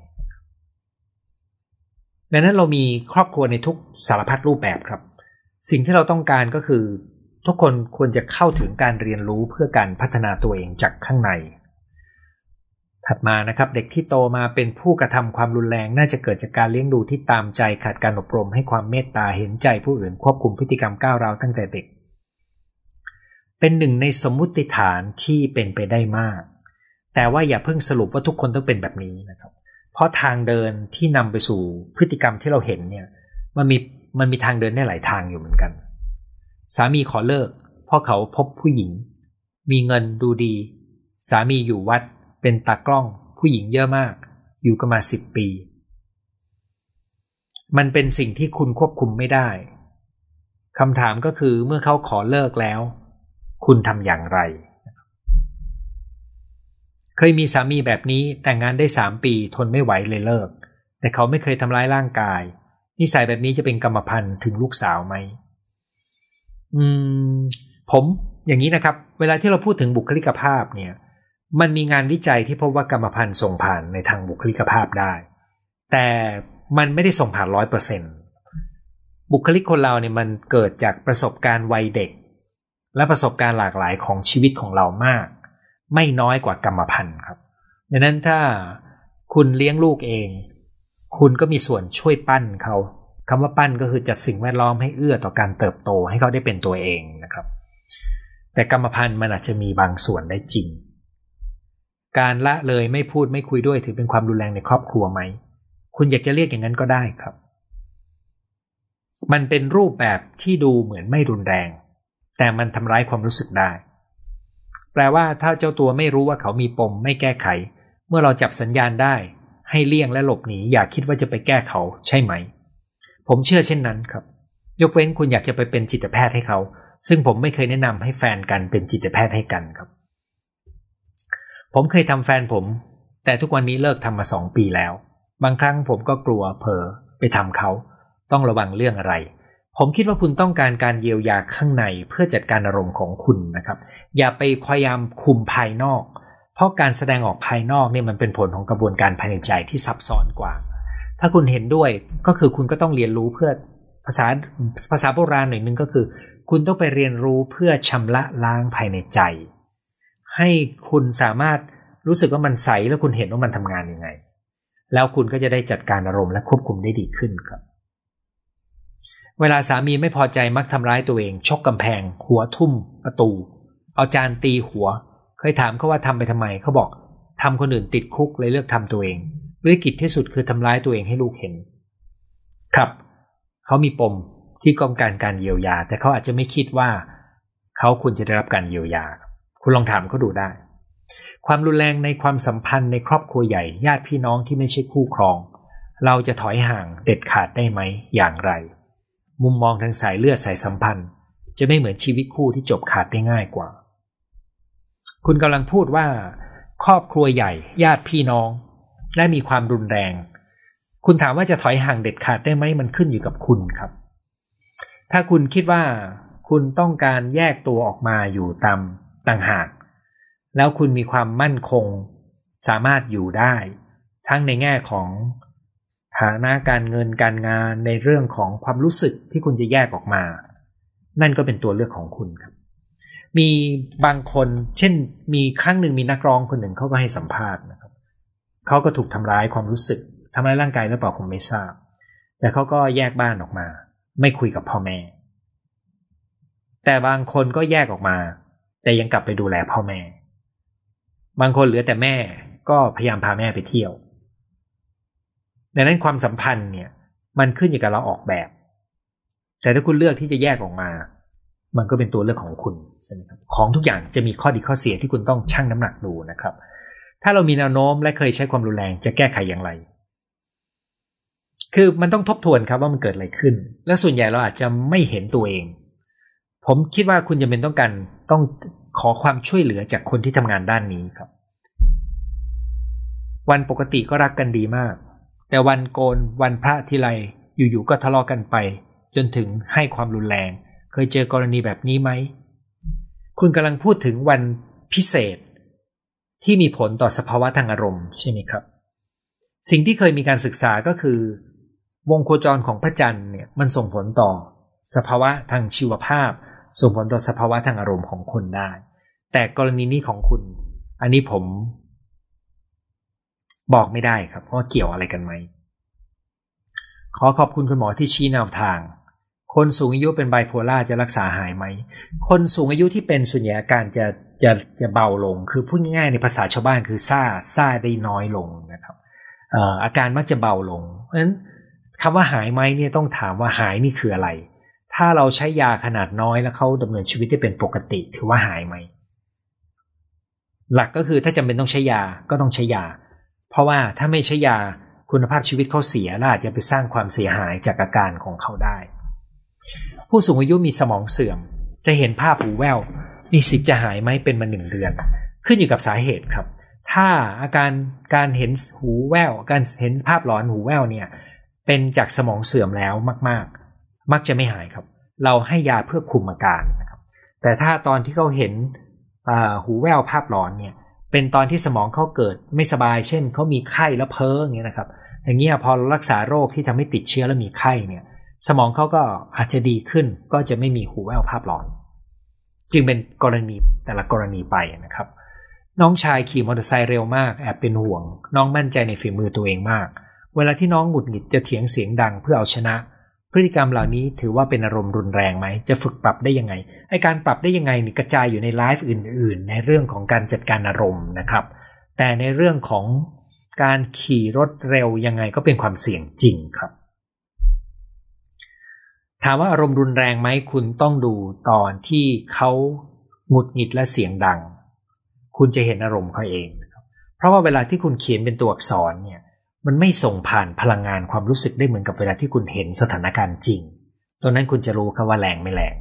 ดังนั้นเรามีครอบครัวในทุกสารพัดรูปแบบครับสิ่งที่เราต้องการก็คือทุกคนควรจะเข้าถึงการเรียนรู้เพื่อการพัฒนาตัวเองจากข้างในถัดมานะครับเด็กที่โตมาเป็นผู้กระทำความรุนแรงน่าจะเกิดจากการเลี้ยงดูที่ตามใจขาดการอบรมให้ความเมตตาเห็นใจผู้อื่นควบคุมพฤติกรรมก้าวร้าวตั้งแต่เด็กเป็นหนึ่งในสมมุติฐานที่เป็นไปได้มากแต่ว่าอย่าเพิ่งสรุปว่าทุกคนต้องเป็นแบบนี้นะครับเพราะทางเดินที่นำไปสู่พฤติกรรมที่เราเห็นเนี่ยมันมีทางเดินได้หลายทางอยู่เหมือนกันสามีขอเลิกเพราะเขาพบผู้หญิงมีเงินดูดีสามีอยู่วัดเป็นตากล้องผู้หญิงเยอะมากอยู่กันมา10 ปีมันเป็นสิ่งที่คุณควบคุมไม่ได้คำถามก็คือเมื่อเขาขอเลิกแล้วคุณทำอย่างไรเคยมีสามีแบบนี้แต่งงานได้3 ปีทนไม่ไหวเลยเลิกแต่เขาไม่เคยทำร้ายร่างกายนิสัยแบบนี้จะเป็นกรรมพันธุ์ถึงลูกสาวไหมผมอย่างนี้นะครับเวลาที่เราพูดถึงบุคลิกภาพเนี่ยมันมีงานวิจัยที่พบว่ากรรมพันธุ์ส่งผ่านในทางบุคลิกภาพได้แต่มันไม่ได้ส่งผ่าน 100% บุคลิกคนเราเนี่ยมันเกิดจากประสบการณ์วัยเด็กและประสบการณ์หลากหลายของชีวิตของเรามากไม่น้อยกว่ากรรมพันธุ์ครับดังนั้นถ้าคุณเลี้ยงลูกเองคุณก็มีส่วนช่วยปั้นเขาคำว่าปั้นก็คือจัดสิ่งแวดล้อมให้เอื้อต่อการเติบโตให้เขาได้เป็นตัวเองนะครับแต่กรรมพันธุ์มันอาจจะมีบางส่วนได้จริงการละเลยไม่พูดไม่คุยด้วยถือเป็นความรุนแรงในครอบครัวไหมคุณอยากจะเรียกอย่างนั้นก็ได้ครับมันเป็นรูปแบบที่ดูเหมือนไม่รุนแรงแต่มันทำร้ายความรู้สึกได้แปลว่าถ้าเจ้าตัวไม่รู้ว่าเขามีปมไม่แก้ไขเมื่อเราจับสัญญาณได้ให้เลี่ยงและหลบหนีอย่าคิดว่าจะไปแก้เขาใช่ไหมผมเชื่อเช่นนั้นครับยกเว้นคุณอยากจะไปเป็นจิตแพทย์ให้เขาซึ่งผมไม่เคยแนะนำให้แฟนกันเป็นจิตแพทย์ให้กันครับผมเคยทำแฟนผมแต่ทุกวันนี้เลิกทำมา2 ปีแล้วบางครั้งผมก็กลัวเผลอไปทำเขาต้องระวังเรื่องอะไรผมคิดว่าคุณต้องการการเยียวยาข้างในเพื่อจัดการอารมณ์ของคุณนะครับอย่าไปพยายามคุมภายนอกเพราะการแสดงออกภายนอกเนี่ยมันเป็นผลของกระบวนการภายในใจที่ซับซ้อนกว่าถ้าคุณเห็นด้วยก็คือคุณก็ต้องเรียนรู้เพื่อภาษาโบราณหน่อยนึงก็คือคุณต้องไปเรียนรู้เพื่อชำระล้างภายในใจให้คุณสามารถรู้สึกว่ามันใสแล้วคุณเห็นว่ามันทำงานยังไงแล้วคุณก็จะได้จัดการอารมณ์และควบคุมได้ดีขึ้นครับเวลาสามีไม่พอใจมักทำร้ายตัวเองชกกำแพงหัวทุ่มประตูเอาจานตีหัวเคยถามเขาว่าทำไปทำไมเขาบอกทำคนอื่นติดคุกเลยเลือกทำตัวเองวิกฤตที่สุดคือทำร้ายตัวเองให้ลูกเห็นครับเขามีปมที่ต้องการการเยียวยาแต่เขาอาจจะไม่คิดว่าเขาควรจะได้รับการเยียวยาคุณลองถามเขาดูได้ความรุนแรงในความสัมพันธ์ในครอบครัวใหญ่ญาติพี่น้องที่ไม่ใช่คู่ครองเราจะถอยห่างเด็ดขาดได้ไหมอย่างไรมุมมองทางสายเลือดสายสัมพันธ์จะไม่เหมือนชีวิตคู่ที่จบขาดได้ง่ายกว่าคุณกำลังพูดว่าครอบครัวใหญ่ญาติพี่น้องและมีความรุนแรงคุณถามว่าจะถอยห่างเด็ดขาดได้ไหมมันขึ้นอยู่กับคุณครับถ้าคุณคิดว่าคุณต้องการแยกตัวออกมาอยู่ต่างหากแล้วคุณมีความมั่นคงสามารถอยู่ได้ทั้งในแง่ของฐานะการเงินการงานในเรื่องของความรู้สึกที่คุณจะแยกออกมานั่นก็เป็นตัวเลือกของคุณครับมีบางคนเช่นมีครั้งหนึ่งมีนักร้องคนหนึ่งเขาก็ให้สัมภาษณ์นะครับเขาก็ถูกทำร้ายความรู้สึกทำร้ายร่างกายหรือเปล่าผมไม่ทราบแต่เขาก็แยกบ้านออกมาไม่คุยกับพ่อแม่แต่บางคนก็แยกออกมาแต่ยังกลับไปดูแลพ่อแม่บางคนเหลือแต่แม่ก็พยายามพาแม่ไปเที่ยวดังนั้นความสัมพันธ์เนี่ยมันขึ้นอยู่กับเราออกแบบแต่ถ้าคุณเลือกที่จะแยกออกมามันก็เป็นตัวเลือกของคุณใช่ไหมครับของทุกอย่างจะมีข้อดีข้อเสียที่คุณต้องชั่งน้ำหนักดูนะครับถ้าเรามีแนวโน้มและเคยใช้ความรุนแรงจะแก้ไขอย่างไรคือมันต้องทบทวนครับว่ามันเกิดอะไรขึ้นและส่วนใหญ่เราอาจจะไม่เห็นตัวเองผผมคิดว่าคุณจำเป็นต้องขอความช่วยเหลือจากคนที่ทำงานด้านนี้ครับวันปกติก็รักกันดีมากแต่วันโกนวันพระทีไรอยู่ๆก็ทะเลาะกันไปจนถึงให้ความรุนแรงเคยเจอกรณีแบบนี้ไหมคุณกำลังพูดถึงวันพิเศษที่มีผลต่อสภาวะทางอารมณ์ใช่ไหมครับสิ่งที่เคยมีการศึกษาก็คือวงโคจรของพระจันทร์เนี่ยมันส่งผลต่อสภาวะทางชีวภาพส่งผลต่อสภาวะทางอารมณ์ของคนได้แต่กรณีนี้ของคุณอันนี้ผมบอกไม่ได้ครับว่าเกี่ยวอะไรกันไหมขอขอบคุณคุณหมอที่ชี้แนวทางคนสูงอายุเป็นไบโพล่าจะรักษาหายไหมคนสูงอายุที่เป็นส่วนใหญ่อาการจะเบาลงคือพูดง่ายๆในภาษาชาวบ้านคือซ่าได้น้อยลงนะครับอาการมักจะเบาลงเพราะฉะนั้นคำว่าหายไหมเนี่ยต้องถามว่าหายนี่คืออะไรถ้าเราใช้ยาขนาดน้อยแล้วเขาดำเนินชีวิตได้เป็นปกติถือว่าหายไหมหลักก็คือถ้าจำเป็นต้องใช้ยาก็ต้องใช้ยาเพราะว่าถ้าไม่ใช้ยาคุณภาพชีวิตเขาเสียและอาจจะไปสร้างความเสียหายจากอาการของเขาได้ผู้สูงอายุมีสมองเสื่อมจะเห็นภาพหูแว่วมีสิทธิ์จะหายไหมเป็นมา1 เดือนขึ้นอยู่กับสาเหตุครับถ้าอาการเห็นหูแว่วการเห็นภาพหลอนหูแว่วเนี่ยเป็นจากสมองเสื่อมแล้วมากๆมักจะไม่หายครับเราให้ยาเพื่อคุมอาการนะครับแต่ถ้าตอนที่เขาเห็นหูแว่วภาพหลอนเนี่ยเป็นตอนที่สมองเขาเกิดไม่สบายเช่นเขามีไข้แล้วเพ้ออย่างเงี้ยนะครับอย่างเงี้ยพอรักษาโรคที่ทำให้ติดเชื้อแล้วมีไข้เนี่ยสมองเขาก็อาจจะดีขึ้นก็จะไม่มีหูแว่วภาพหลอนจึงเป็นกรณีแต่ละกรณีไปนะครับน้องชายขี่มอเตอร์ไซค์เร็วมากแอบเป็นห่วงน้องมั่นใจในฝีมือตัวเองมากเวลาที่น้องหงุดหงิดจะเถียงเสียงดังเพื่อเอาชนะพฤติกรรมเหล่านี้ถือว่าเป็นอารมณ์รุนแรงไหมจะฝึกปรับได้ยังไงไอ้การปรับได้ยังไงนี่กระจายอยู่ในไลฟ์อื่นๆในเรื่องของการจัดการอารมณ์นะครับแต่ในเรื่องของการขี่รถเร็วยังไงก็เป็นความเสี่ยงจริงครับถามว่าอารมณ์รุนแรงไหมคุณต้องดูตอนที่เขาหงุดหงิดและเสียงดังคุณจะเห็นอารมณ์เขาเองเพราะว่าเวลาที่คุณเขียนเป็นตัวอักษรเนี่ยมันไม่ส่งผ่านพลังงานความรู้สึกได้เหมือนกับเวลาที่คุณเห็นสถานการณ์จริงตรงนั้นคุณจะรู้ครับว่าแรงไม่แรง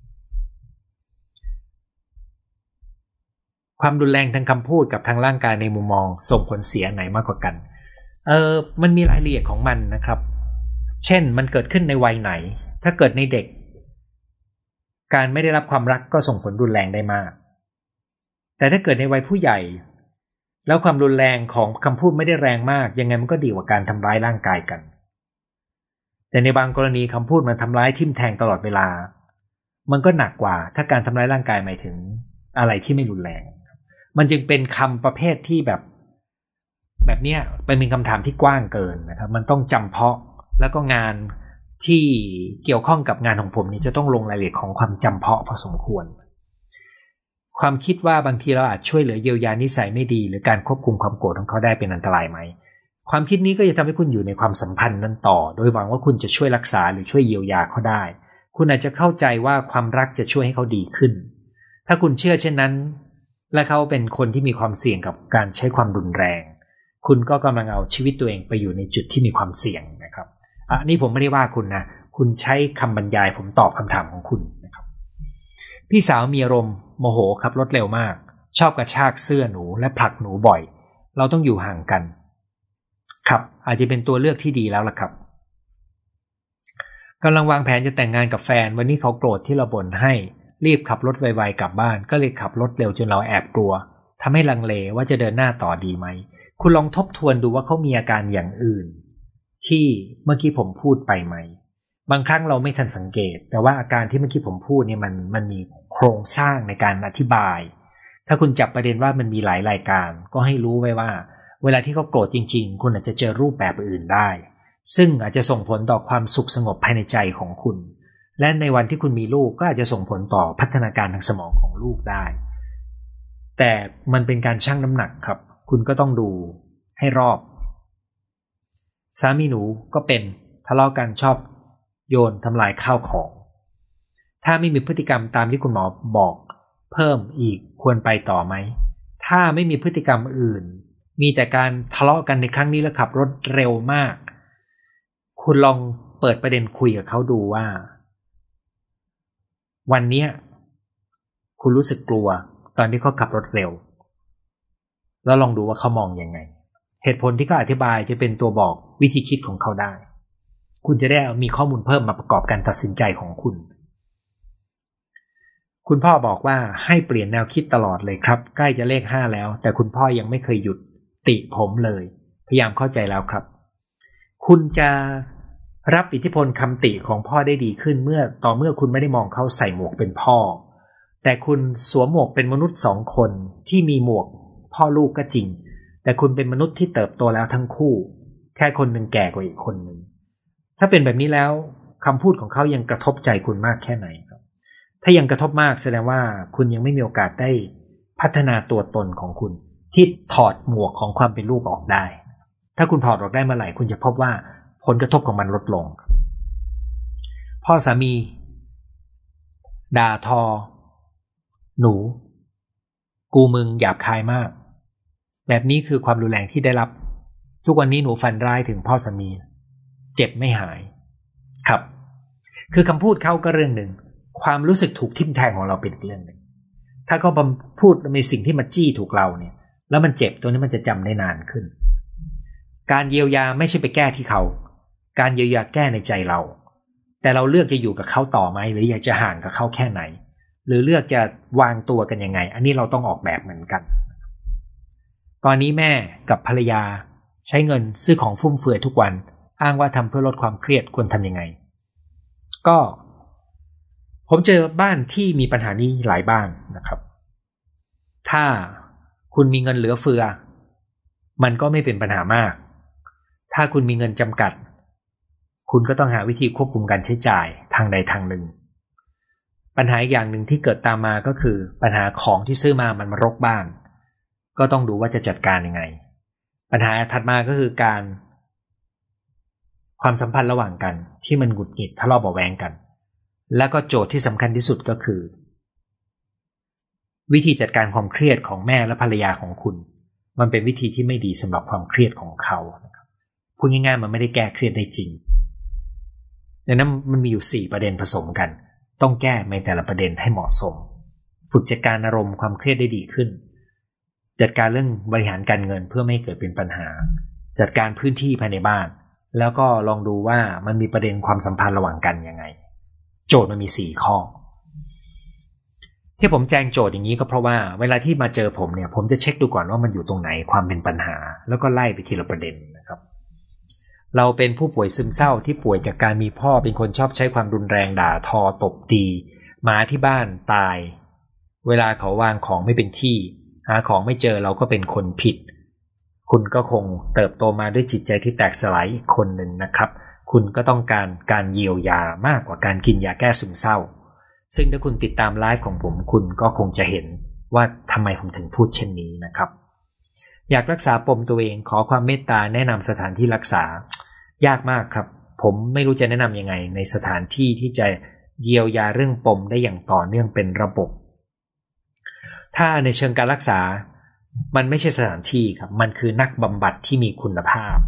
ความรุนแรงทางคำพูดกับทางร่างกายในมุมมองส่งผลเสียไหนมากกว่ากันมันมีรายละเอียดของมันนะครับเช่นมันเกิดขึ้นในวัยไหนถ้าเกิดในเด็กการไม่ได้รับความรักก็ส่งผลรุนแรงได้มากแต่ถ้าเกิดในวัยผู้ใหญ่แล้วความรุนแรงของคำพูดไม่ได้แรงมากยังไงมันก็ดีกว่าการทำร้ายร่างกายกันแต่ในบางกรณีคำพูดมันทำร้ายทิ่มแทงตลอดเวลามันก็หนักกว่าถ้าการทำร้ายร่างกายหมายถึงอะไรที่ไม่รุนแรงมันจึงเป็นคำประเภทที่แบบเนี้ยเป็นคำถามที่กว้างเกินนะครับมันต้องจำเพาะแล้วก็งานที่เกี่ยวข้องกับงานของผมนี่จะต้องลงรายละเอียดของความจำเพาะพอสมควรความคิดว่าบางทีเราอาจช่วยเหลือเยียวยานิสัยไม่ดีหรือการควบคุมความโกรธของเขาได้เป็นอันตรายไหมความคิดนี้ก็จะทำให้คุณอยู่ในความสัมพันธ์นั้นต่อโดยหวังว่าคุณจะช่วยรักษาหรือช่วยเยียวยาเขาได้คุณอาจจะเข้าใจว่าความรักจะช่วยให้เขาดีขึ้นถ้าคุณเชื่อเช่นนั้นและเขาเป็นคนที่มีความเสี่ยงกับการใช้ความรุนแรงคุณก็กำลังเอาชีวิตตัวเองไปอยู่ในจุดที่มีความเสี่ยงนะครับนี่ผมไม่ได้ว่าคุณนะคุณใช้คำบรรยายผมตอบคำถามของคุณนะครับพี่สาวมีอารมณ์โมโหขับรถเร็วมากชอบกระชากเสื้อหนูและผลักหนูบ่อยเราต้องอยู่ห่างกันครับอาจจะเป็นตัวเลือกที่ดีแล้วล่ะครับกำลังวางแผนจะแต่งงานกับแฟนวันนี้เขาโกรธที่เราบ่นให้รีบขับรถไวๆกลับบ้านก็เลยขับรถเร็วจนเราแอบกลัวทำให้ลังเลว่าจะเดินหน้าต่อดีไหมคุณลองทบทวนดูว่าเขามีอาการอย่างอื่นที่เมื่อกี้ผมพูดไปไหมบางครั้งเราไม่ทันสังเกตแต่ว่าอาการที่เมื่อกี้ผมพูดเนี่ยมันมีโครงสร้างในการอธิบายถ้าคุณจับประเด็นว่ามันมีหลายรายการก็ให้รู้ไว้ว่าเวลาที่เขาโกรธจริงๆคุณอาจจะเจอรูปแบบอื่นได้ซึ่งอาจจะส่งผลต่อความสุขสงบภายในใจของคุณและในวันที่คุณมีลูกก็อาจจะส่งผลต่อพัฒนาการทางสมองของลูกได้แต่มันเป็นการชั่งน้ำหนักครับคุณก็ต้องดูให้รอบสามีหนูก็เป็นทะเลาะกันชอบโยนทำลายข้าวของถ้าไม่มีพฤติกรรมตามที่คุณหมอบอกเพิ่มอีกควรไปต่อไหมถ้าไม่มีพฤติกรรมอื่นมีแต่การทะเลาะกันในครั้งนี้แล้วขับรถเร็วมากคุณลองเปิดประเด็นคุยกับเขาดูว่าวันนี้คุณรู้สึกกลัวตอนที่เขาขับรถเร็วแล้วลองดูว่าเขามองยังไงเหตุผลที่เขาอธิบายจะเป็นตัวบอกวิธีคิดของเขาได้คุณจะได้มีข้อมูลเพิ่มมาประกอบการตัดสินใจของคุณคุณพ่อบอกว่าให้เปลี่ยนแนวคิดตลอดเลยครับใกล้จะเลข5แล้วแต่คุณพ่อยังไม่เคยหยุดติผมเลยพยายามเข้าใจแล้วครับคุณจะรับอิทธิพลคำติของพ่อได้ดีขึ้นเมื่อคุณไม่ได้มองเขาใส่หมวกเป็นพ่อแต่คุณสวมหมวกเป็นมนุษย์2คนที่มีหมวกพ่อลูกก็จริงแต่คุณเป็นมนุษย์ที่เติบโตแล้วทั้งคู่แค่คนหนึ่งแก่กว่าอีกคนหนึ่งถ้าเป็นแบบนี้แล้วคำพูดของเขายังกระทบใจคุณมากแค่ไหนครับถ้ายังกระทบมากแสดงว่าคุณยังไม่มีโอกาสได้พัฒนาตัวตนของคุณที่ถอดหมวกของความเป็นลูกออกได้ถ้าคุณถอดออกได้เมื่อไหร่คุณจะพบว่าผลกระทบของมันลดลงพ่อสามีด่าทอหนูกูมึงหยาบคายมากแบบนี้คือความรุนแรงที่ได้รับทุกวันนี้หนูฝันร้ายถึงพ่อสามีเจ็บไม่หายครับคือคำพูดเขาก็เรื่องหนึ่งความรู้สึกถูกทิ่มแทงของเราเป็นอีกเรื่องหนึ่งถ้าเขาพูดในสิ่งที่มาจี้ถูกเราเนี่ยแล้วมันเจ็บตัวนี้มันจะจำได้นานขึ้นการเยียวยาไม่ใช่ไปแก้ที่เขาการเยียวยาแก้ในใจเราแต่เราเลือกจะอยู่กับเขาต่อไหมหรืออยากจะห่างกับเขาแค่ไหนหรือเลือกจะวางตัวกันยังไงอันนี้เราต้องออกแบบเหมือนกันตอนนี้แม่กับภรรยาใช้เงินซื้อของฟุ่มเฟือยทุกวันอ้างว่าทำเพื่อลดความเครียดควรทำยังไงก็ผมเจอบ้านที่มีปัญหานี้หลายบ้านนะครับถ้าคุณมีเงินเหลือเฟือมันก็ไม่เป็นปัญหามากถ้าคุณมีเงินจำกัดคุณก็ต้องหาวิธีควบคุมการใช้จ่ายทางใดทางหนึ่งปัญหาอีกอย่างหนึ่งที่เกิดตามมาก็คือปัญหาของที่ซื้อมามันรกบ้านก็ต้องดูว่าจะจัดการยังไงปัญหาถัดมาก็คือการความสัมพันธ์ระหว่างกันที่มันหงุดหงิดทะเลาะเบาะแว้งกันแล้วก็โจทย์ที่สำคัญที่สุดก็คือวิธีจัดการความเครียดของแม่และภรรยาของคุณมันเป็นวิธีที่ไม่ดีสำหรับความเครียดของเขาพูดง่ายๆมันไม่ได้แก้เครียดได้จริงดังนั้นมันมีอยู่4ประเด็นผสมกันต้องแก้ในแต่ละประเด็นให้เหมาะสมฝึกจัดการอารมณ์ความเครียดได้ดีขึ้นจัดการเรื่องบริหารการเงินเพื่อไม่ให้เกิดเป็นปัญหาจัดการพื้นที่ภายในบ้านแล้วก็ลองดูว่ามันมีประเด็นความสัมพันธ์ระหว่างกันยังไงโจทย์มันมี4ข้อที่ผมแจ้งโจทย์อย่างนี้ก็เพราะว่าเวลาที่มาเจอผมเนี่ยผมจะเช็คดูก่อนว่ามันอยู่ตรงไหนความเป็นปัญหาแล้วก็ไล่ไปทีละประเด็นนะครับเราเป็นผู้ป่วยซึมเศร้าที่ป่วยจากการมีพ่อเป็นคนชอบใช้ความรุนแรงด่าทอตบตีหมาที่บ้านตายเวลาเขาวางของไม่เป็นที่หาของไม่เจอเราก็เป็นคนผิดคุณก็คงเติบโตมาด้วยจิตใจที่แตกสลายอีกคนหนึ่งนะครับคุณก็ต้องการเยียวยามากกว่าการกินยาแก้ซึมเศร้าซึ่งถ้าคุณติดตามไลฟ์ของผมคุณก็คงจะเห็นว่าทำไมผมถึงพูดเช่นนี้นะครับอยากรักษาปมตัวเองขอความเมตตาแนะนำสถานที่รักษายากมากครับผมไม่รู้จะแนะนำยังไงในสถานที่ที่จะเยียวยาเรื่องปมได้อย่างต่อเนื่องเป็นระบบถ้าในเชิงการรักษามันไม่ใช่สถานที่ครับมันคือนักบำบัดที่มีคุณภาพ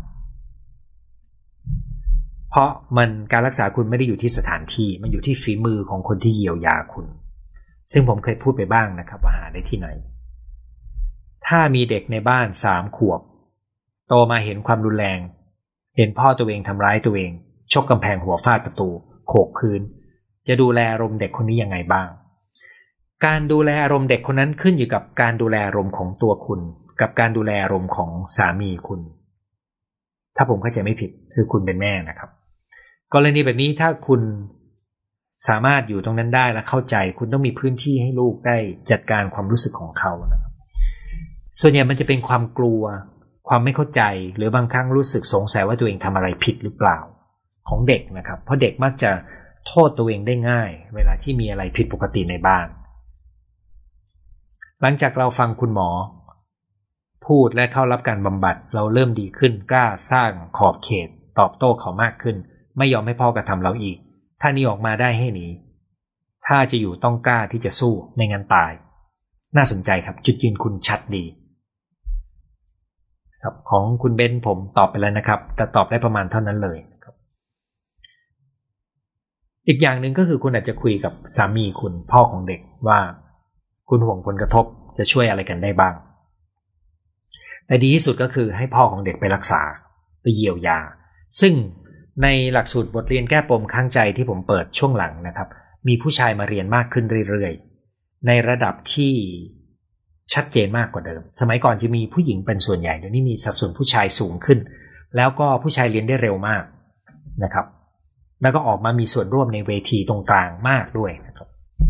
เพราะการรักษาคุณไม่ได้อยู่ที่สถานที่มันอยู่ที่ฝีมือของคนที่เยียวยาคุณซึ่งผมเคยพูดไปบ้างนะครับว่าหาได้ที่ไหนถ้ามีเด็กในบ้าน3 ขวบโตมาเห็นความรุนแรงเห็นพ่อตัวเองทำร้ายตัวเองชกกำแพงหัวฟาดประตูโขกพื้นจะดูแลอารมณ์เด็กคนนี้ยังไงบ้างการดูแลอารมณ์เด็กคนนั้นขึ้นอยู่กับการดูแลอารมณ์ของตัวคุณกับการดูแลอารมณ์ของสามีคุณถ้าผมเข้าใจไม่ผิดคือคุณเป็นแม่นะครับกรณีแบบนี้ถ้าคุณสามารถอยู่ตรงนั้นได้และเข้าใจคุณต้องมีพื้นที่ให้ลูกได้จัดการความรู้สึกของเขานะครับส่วนใหญ่มันจะเป็นความกลัวความไม่เข้าใจหรือบางครั้งรู้สึกสงสัยว่าตัวเองทำอะไรผิดหรือเปล่าของเด็กนะครับเพราะเด็กมักจะโทษตัวเองได้ง่ายเวลาที่มีอะไรผิดปกติในบ้านหลังจากเราฟังคุณหมอพูดและเข้ารับการบำบัดเราเริ่มดีขึ้นกล้าสร้างขอบเขตตอบโต้เขามากขึ้นไม่ยอมให้พ่อกระทำเราอีกถ้าหนีออกมาได้ให้หนีถ้าจะอยู่ต้องกล้าที่จะสู้ไม่งั้นตายน่าสนใจครับจุดยืนคุณชัดดีครับของคุณเบนผมตอบไปแล้วนะครับแต่ตอบได้ประมาณเท่านั้นเลยครับอีกอย่างหนึ่งก็คือคุณอาจจะคุยกับสามีคุณพ่อของเด็กว่าคุณห่วงผลกระทบจะช่วยอะไรกันได้บ้างแต่ดีที่สุดก็คือให้พ่อของเด็กไปรักษาไปเยียวยาซึ่งในหลักสูตรบทเรียนแก้ปมข้างใจที่ผมเปิดช่วงหลังนะครับมีผู้ชายมาเรียนมากขึ้นเรื่อยๆในระดับที่ชัดเจนมากกว่าเดิมสมัยก่อนจะมีผู้หญิงเป็นส่วนใหญ่เดี๋ยวนี้มีสัดส่วนผู้ชายสูงขึ้นแล้วก็ผู้ชายเรียนได้เร็วมากนะครับแล้วก็ออกมามีส่วนร่วมในเวทีตรงกลางมากด้วยนะครับ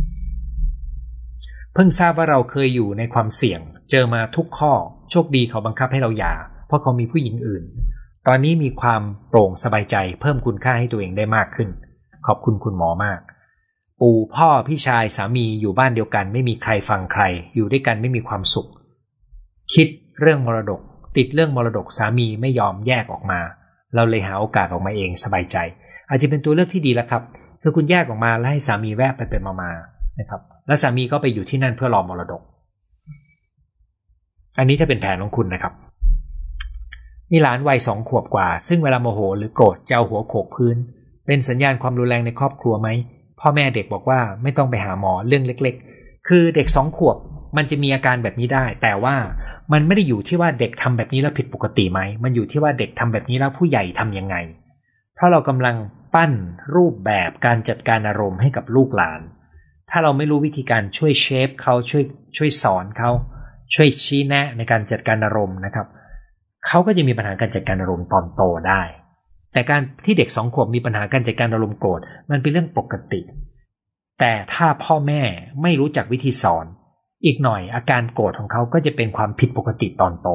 เพิ่งทราบว่าเราเคยอยู่ในความเสี่ยงเจอมาทุกข้อโชคดีเขาบังคับให้เราหย่าเพราะเขามีผู้หญิงอื่นตอนนี้มีความโปร่งสบายใจเพิ่มคุณค่าให้ตัวเองได้มากขึ้นขอบคุณคุณหมอมากปู่พ่อพี่ชายสามีอยู่บ้านเดียวกันไม่มีใครฟังใครอยู่ด้วยกันไม่มีความสุขคิดเรื่องมรดกติดเรื่องมรดกสามีไม่ยอมแยกออกมาเราเลยหาโอกาสออกมาเองสบายใจอาจจะเป็นตัวเลือกที่ดีแล้วครับคือคุณแยกออกมาแล้วให้สามีแวะไปเป็นมานะครับแล้วสามีก็ไปอยู่ที่นั่นเพื่อรอมรดกอันนี้ถ้าเป็นแผนของคุณนะครับมีหลานวัย2 ขวบกว่าซึ่งเวลาโมโหหรือโกรธจะเอาหัวโขกพื้นเป็นสัญญาณความรุนแรงในครอบครัวไหมพ่อแม่เด็กบอกว่าไม่ต้องไปหาหมอเรื่องเล็กๆคือเด็ก2 ขวบมันจะมีอาการแบบนี้ได้แต่ว่ามันไม่ได้อยู่ที่ว่าเด็กทำแบบนี้แล้วผิดปกติไหมมันอยู่ที่ว่าเด็กทำแบบนี้แล้วผู้ใหญ่ทำยังไงเพราะเรากำลังปั้นรูปแบบการจัดการอารมณ์ให้กับลูกหลานถ้าเราไม่รู้วิธีการช่วยเชฟเขาช่วยสอนเขาช่วยชี้แนะในการจัดการอารมณ์นะครับเขาก็จะมีปัญหาการจัดการอารมณ์ตอนโตได้แต่การที่เด็ก2 ขวบมีปัญหาการจัดการอารมณ์โกรธมันเป็นเรื่องปกติแต่ถ้าพ่อแม่ไม่รู้จักวิธีสอนอีกหน่อยอาการโกรธของเขาก็จะเป็นความผิดปกติตอนโต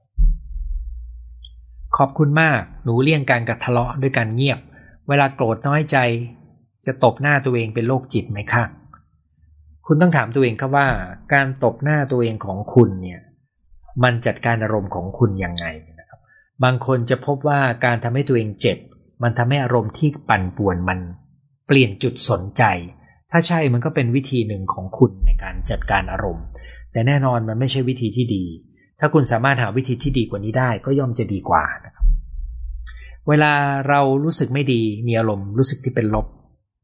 ขอบคุณมากหนูเลี่ยงการทะเลาะด้วยการเงียบเวลาโกรธน้อยใจจะตบหน้าตัวเองเป็นโรคจิตไหมคะคุณต้องถามตัวเองครับว่าการตบหน้าตัวเองของคุณเนี่ยมันจัดการอารมณ์ของคุณยังไงนะครับบางคนจะพบว่าการทำให้ตัวเองเจ็บมันทำให้อารมณ์ที่ปั่นป่วนมันเปลี่ยนจุดสนใจถ้าใช่มันก็เป็นวิธีหนึ่งของคุณในการจัดการอารมณ์แต่แน่นอนมันไม่ใช่วิธีที่ดีถ้าคุณสามารถหาวิธีที่ดีกว่านี้ได้ก็ย่อมจะดีกว่านะครับเวลาเรารู้สึกไม่ดีมีอารมณ์รู้สึกที่เป็นลบ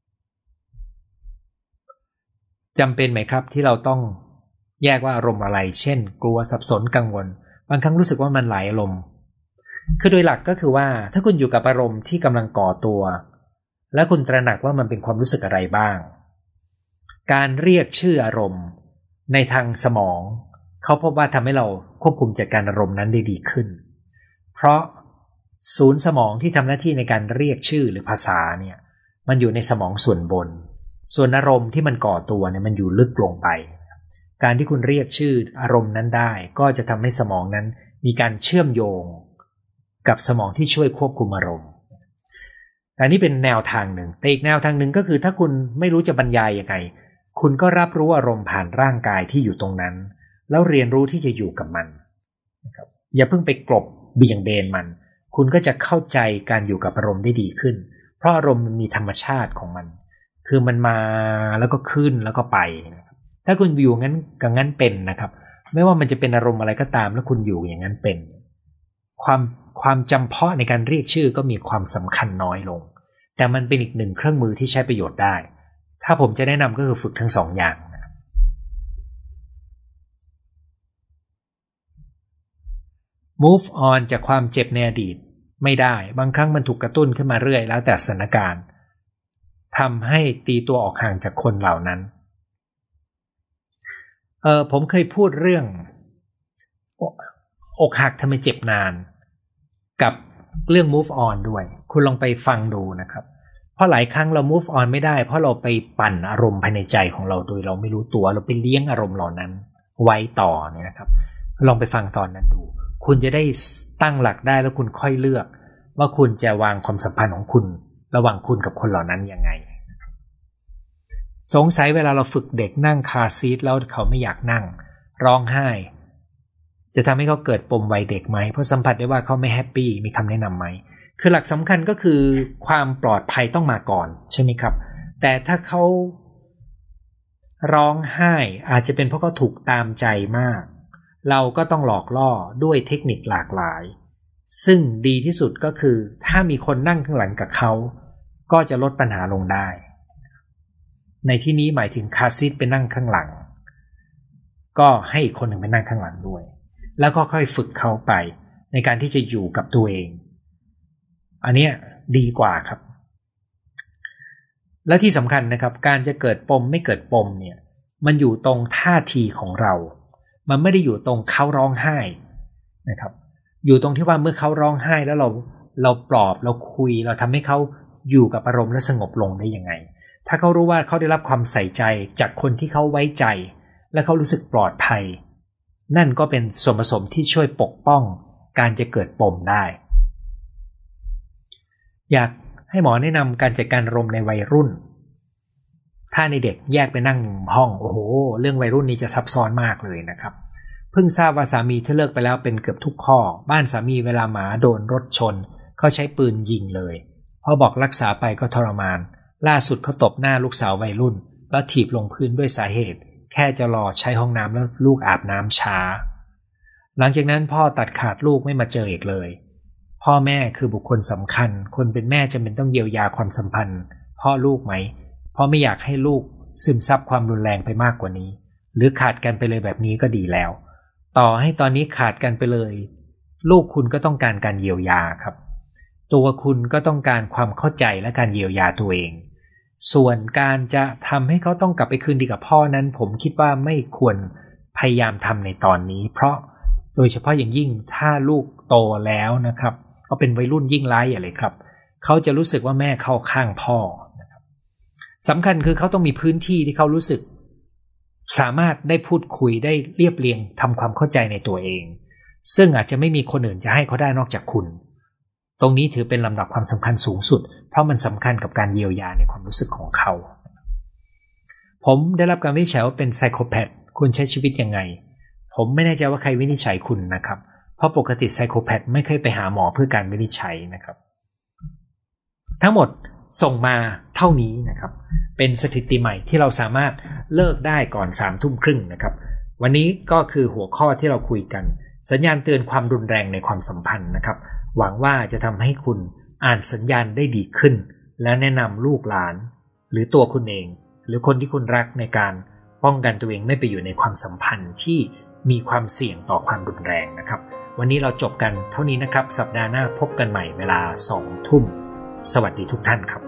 จำเป็นไหมครับที่เราต้องแยกว่าอารมณ์อะไรเช่นกลัวสับสนกังวลบางครั้งรู้สึกว่ามันหลายอารมณ์คือโดยหลักก็คือว่าถ้าคุณอยู่กับอารมณ์ที่กำลังก่อตัวและคุณตระหนักว่ามันเป็นความรู้สึกอะไรบ้างการเรียกชื่ออารมณ์ในทางสมองเขาพบว่าทำให้เราควบคุมจัดการอารมณ์นั้นได้ดีขึ้นเพราะศูนย์สมองที่ทำหน้าที่ในการเรียกชื่อหรือภาษาเนี่ยมันอยู่ในสมองส่วนบนส่วนอารมณ์ที่มันก่อตัวเนี่ยมันอยู่ลึกลงไปการที่คุณเรียกชื่ออารมณ์นั้นได้ก็จะทำให้สมองนั้นมีการเชื่อมโยงกับสมองที่ช่วยควบคุมอารมณ์อันนี้เป็นแนวทางหนึ่งแต่อีกแนวทางหนึ่งก็คือถ้าคุณไม่รู้จะบรรยายยังไงคุณก็รับรู้อารมณ์ผ่านร่างกายที่อยู่ตรงนั้นแล้วเรียนรู้ที่จะอยู่กับมันนะครับอย่าเพิ่งไปกลบเบี่ยงเบนมันคุณก็จะเข้าใจการอยู่กับอารมณ์ได้ดีขึ้นเพราะอารมณ์มันมีธรรมชาติของมันคือมันมาแล้วก็ขึ้นแล้วก็ไปนะครับถ้าคุณอยู่งั้นกับงั้นเป็นนะครับไม่ว่ามันจะเป็นอารมณ์อะไรก็ตามแล้วคุณอยู่อย่างนั้นเป็นความจำเพาะในการเรียกชื่อก็มีความสำคัญน้อยลงแต่มันเป็นอีกหนึ่งเครื่องมือที่ใช้ประโยชน์ได้ถ้าผมจะแนะนำก็คือฝึกทั้ง2 อย่างนะครับ move on จากความเจ็บในอดีตไม่ได้บางครั้งมันถูกกระตุ้นขึ้นมาเรื่อยแล้วแต่สถานการณ์ทำให้ตีตัวออกห่างจากคนเหล่านั้นผมเคยพูดเรื่องอกหักทำไมเจ็บนานกับเรื่อง move on ด้วยคุณลองไปฟังดูนะครับเพราะหลายครั้งเรา move on ไม่ได้เพราะเราไปปั่นอารมณ์ภายในใจของเราโดยเราไม่รู้ตัวเราไปเลี้ยงอารมณ์เหล่านั้นไว้ต่อเนี่ยนะครับลองไปฟังตอนนั้นดูคุณจะได้ตั้งหลักได้แล้วคุณค่อยเลือกว่าคุณจะวางความสัมพันธ์ของคุณระหว่างคุณกับคนเหล่านั้นยังไงสงสัยเวลาเราฝึกเด็กนั่งคาร์ซีทแล้วเขาไม่อยากนั่งร้องไห้จะทำให้เขาเกิดปมวัยเด็กไหมเพราะสัมผัสได้ว่าเขาไม่แฮปปี้มีคำแนะนำไหมคือหลักสำคัญก็คือความปลอดภัยต้องมาก่อนใช่ไหมครับแต่ถ้าเขาร้องไห้อาจจะเป็นเพราะเขาถูกตามใจมากเราก็ต้องหลอกล่อด้วยเทคนิคหลากหลายซึ่งดีที่สุดก็คือถ้ามีคนนั่งข้างหลังกับเขาก็จะลดปัญหาลงได้ในที่นี้หมายถึงคาร์ซีทไปนั่งข้างหลังก็ให้อีกคนหนึ่งไปนั่งข้างหลังด้วยแล้วก็ค่อยฝึกเขาไปในการที่จะอยู่กับตัวเองอันนี้ดีกว่าครับและที่สำคัญนะครับการจะเกิดปมไม่เกิดปมเนี่ยมันอยู่ตรงท่าทีของเรามันไม่ได้อยู่ตรงเขาร้องไห้นะครับอยู่ตรงที่ว่าเมื่อเขาร้องไห้แล้วเราปลอบเราคุยเราทำให้เขาอยู่กับอารมณ์และสงบลงได้ยังไงถ้าเขารู้ว่าเขาได้รับความใส่ใจจากคนที่เขาไว้ใจและเขารู้สึกปลอดภัยนั่นก็เป็นส่วนผสมที่ช่วยปกป้องการจะเกิดปมได้อยากให้หมอแนะนำการจัดการอารมณ์ในวัยรุ่นถ้าในเด็กแยกไปนั่งห้องโอ้โหเรื่องวัยรุ่นนี้จะซับซ้อนมากเลยนะครับเพิ่งทราบว่าสามีที่เลิกไปแล้วเป็นเกือบทุกข้อบ้านสามีเวลาหมาโดนรถชนเขาใช้ปืนยิงเลยพอบอกรักษาไปก็ทรมานล่าสุดเขาตบหน้าลูกสาววัยรุ่นแล้วถีบลงพื้นด้วยสาเหตุแค่จะรอใช้ห้องน้ำแล้วลูกอาบน้ำช้าหลังจากนั้นพ่อตัดขาดลูกไม่มาเจออีกเลยพ่อแม่คือบุคคลสำคัญคนเป็นแม่จำเป็นต้องเยียวยาความสัมพันธ์พ่อลูกไหมเพราะไม่อยากให้ลูกซึมซับความรุนแรงไปมากกว่านี้หรือขาดกันไปเลยแบบนี้ก็ดีแล้วต่อให้ตอนนี้ขาดกันไปเลยลูกคุณก็ต้องการการเยียวยาครับตัวคุณก็ต้องการความเข้าใจและการเยียวยาตัวเองส่วนการจะทำให้เขาต้องกลับไปคืนดีกับพ่อนั้นผมคิดว่าไม่ควรพยายามทำในตอนนี้เพราะโดยเฉพาะอย่างยิ่งถ้าลูกโตแล้วนะครับเขาเป็นวัยรุ่นยิ่งร้ายอย่างไรครับเขาจะรู้สึกว่าแม่เข้าข้างพ่อนะครับสำคัญคือเขาต้องมีพื้นที่ที่เขารู้สึกสามารถได้พูดคุยได้เรียบเรียงทำความเข้าใจในตัวเองซึ่งอาจจะไม่มีคนอื่นจะให้เขาได้นอกจากคุณตรงนี้ถือเป็นลำดับความสำคัญสูงสุดเพราะมันสำคัญกับการเยียวยาในความรู้สึกของเขาผมได้รับการวินิจฉัยว่าเป็นไซโคแพธคุณใช้ชีวิตยังไงผมไม่แน่ใจว่าใครวินิจฉัยคุณนะครับเพราะปกติไซโคแพธไม่เคยไปหาหมอเพื่อการวินิจฉัยนะครับทั้งหมดส่งมาเท่านี้นะครับเป็นสถิติใหม่ที่เราสามารถเลิกได้ก่อน21:30นะครับวันนี้ก็คือหัวข้อที่เราคุยกันสัญญาณเตือนความรุนแรงในความสัมพันธ์นะครับหวังว่าจะทำให้คุณอ่านสัญญาณได้ดีขึ้นและแนะนำลูกหลานหรือตัวคุณเองหรือคนที่คุณรักในการป้องกันตัวเองไม่ไปอยู่ในความสัมพันธ์ที่มีความเสี่ยงต่อความรุนแรงนะครับวันนี้เราจบกันเท่านี้นะครับสัปดาห์หน้าพบกันใหม่เวลา 20:00 น.สวัสดีทุกท่านครับ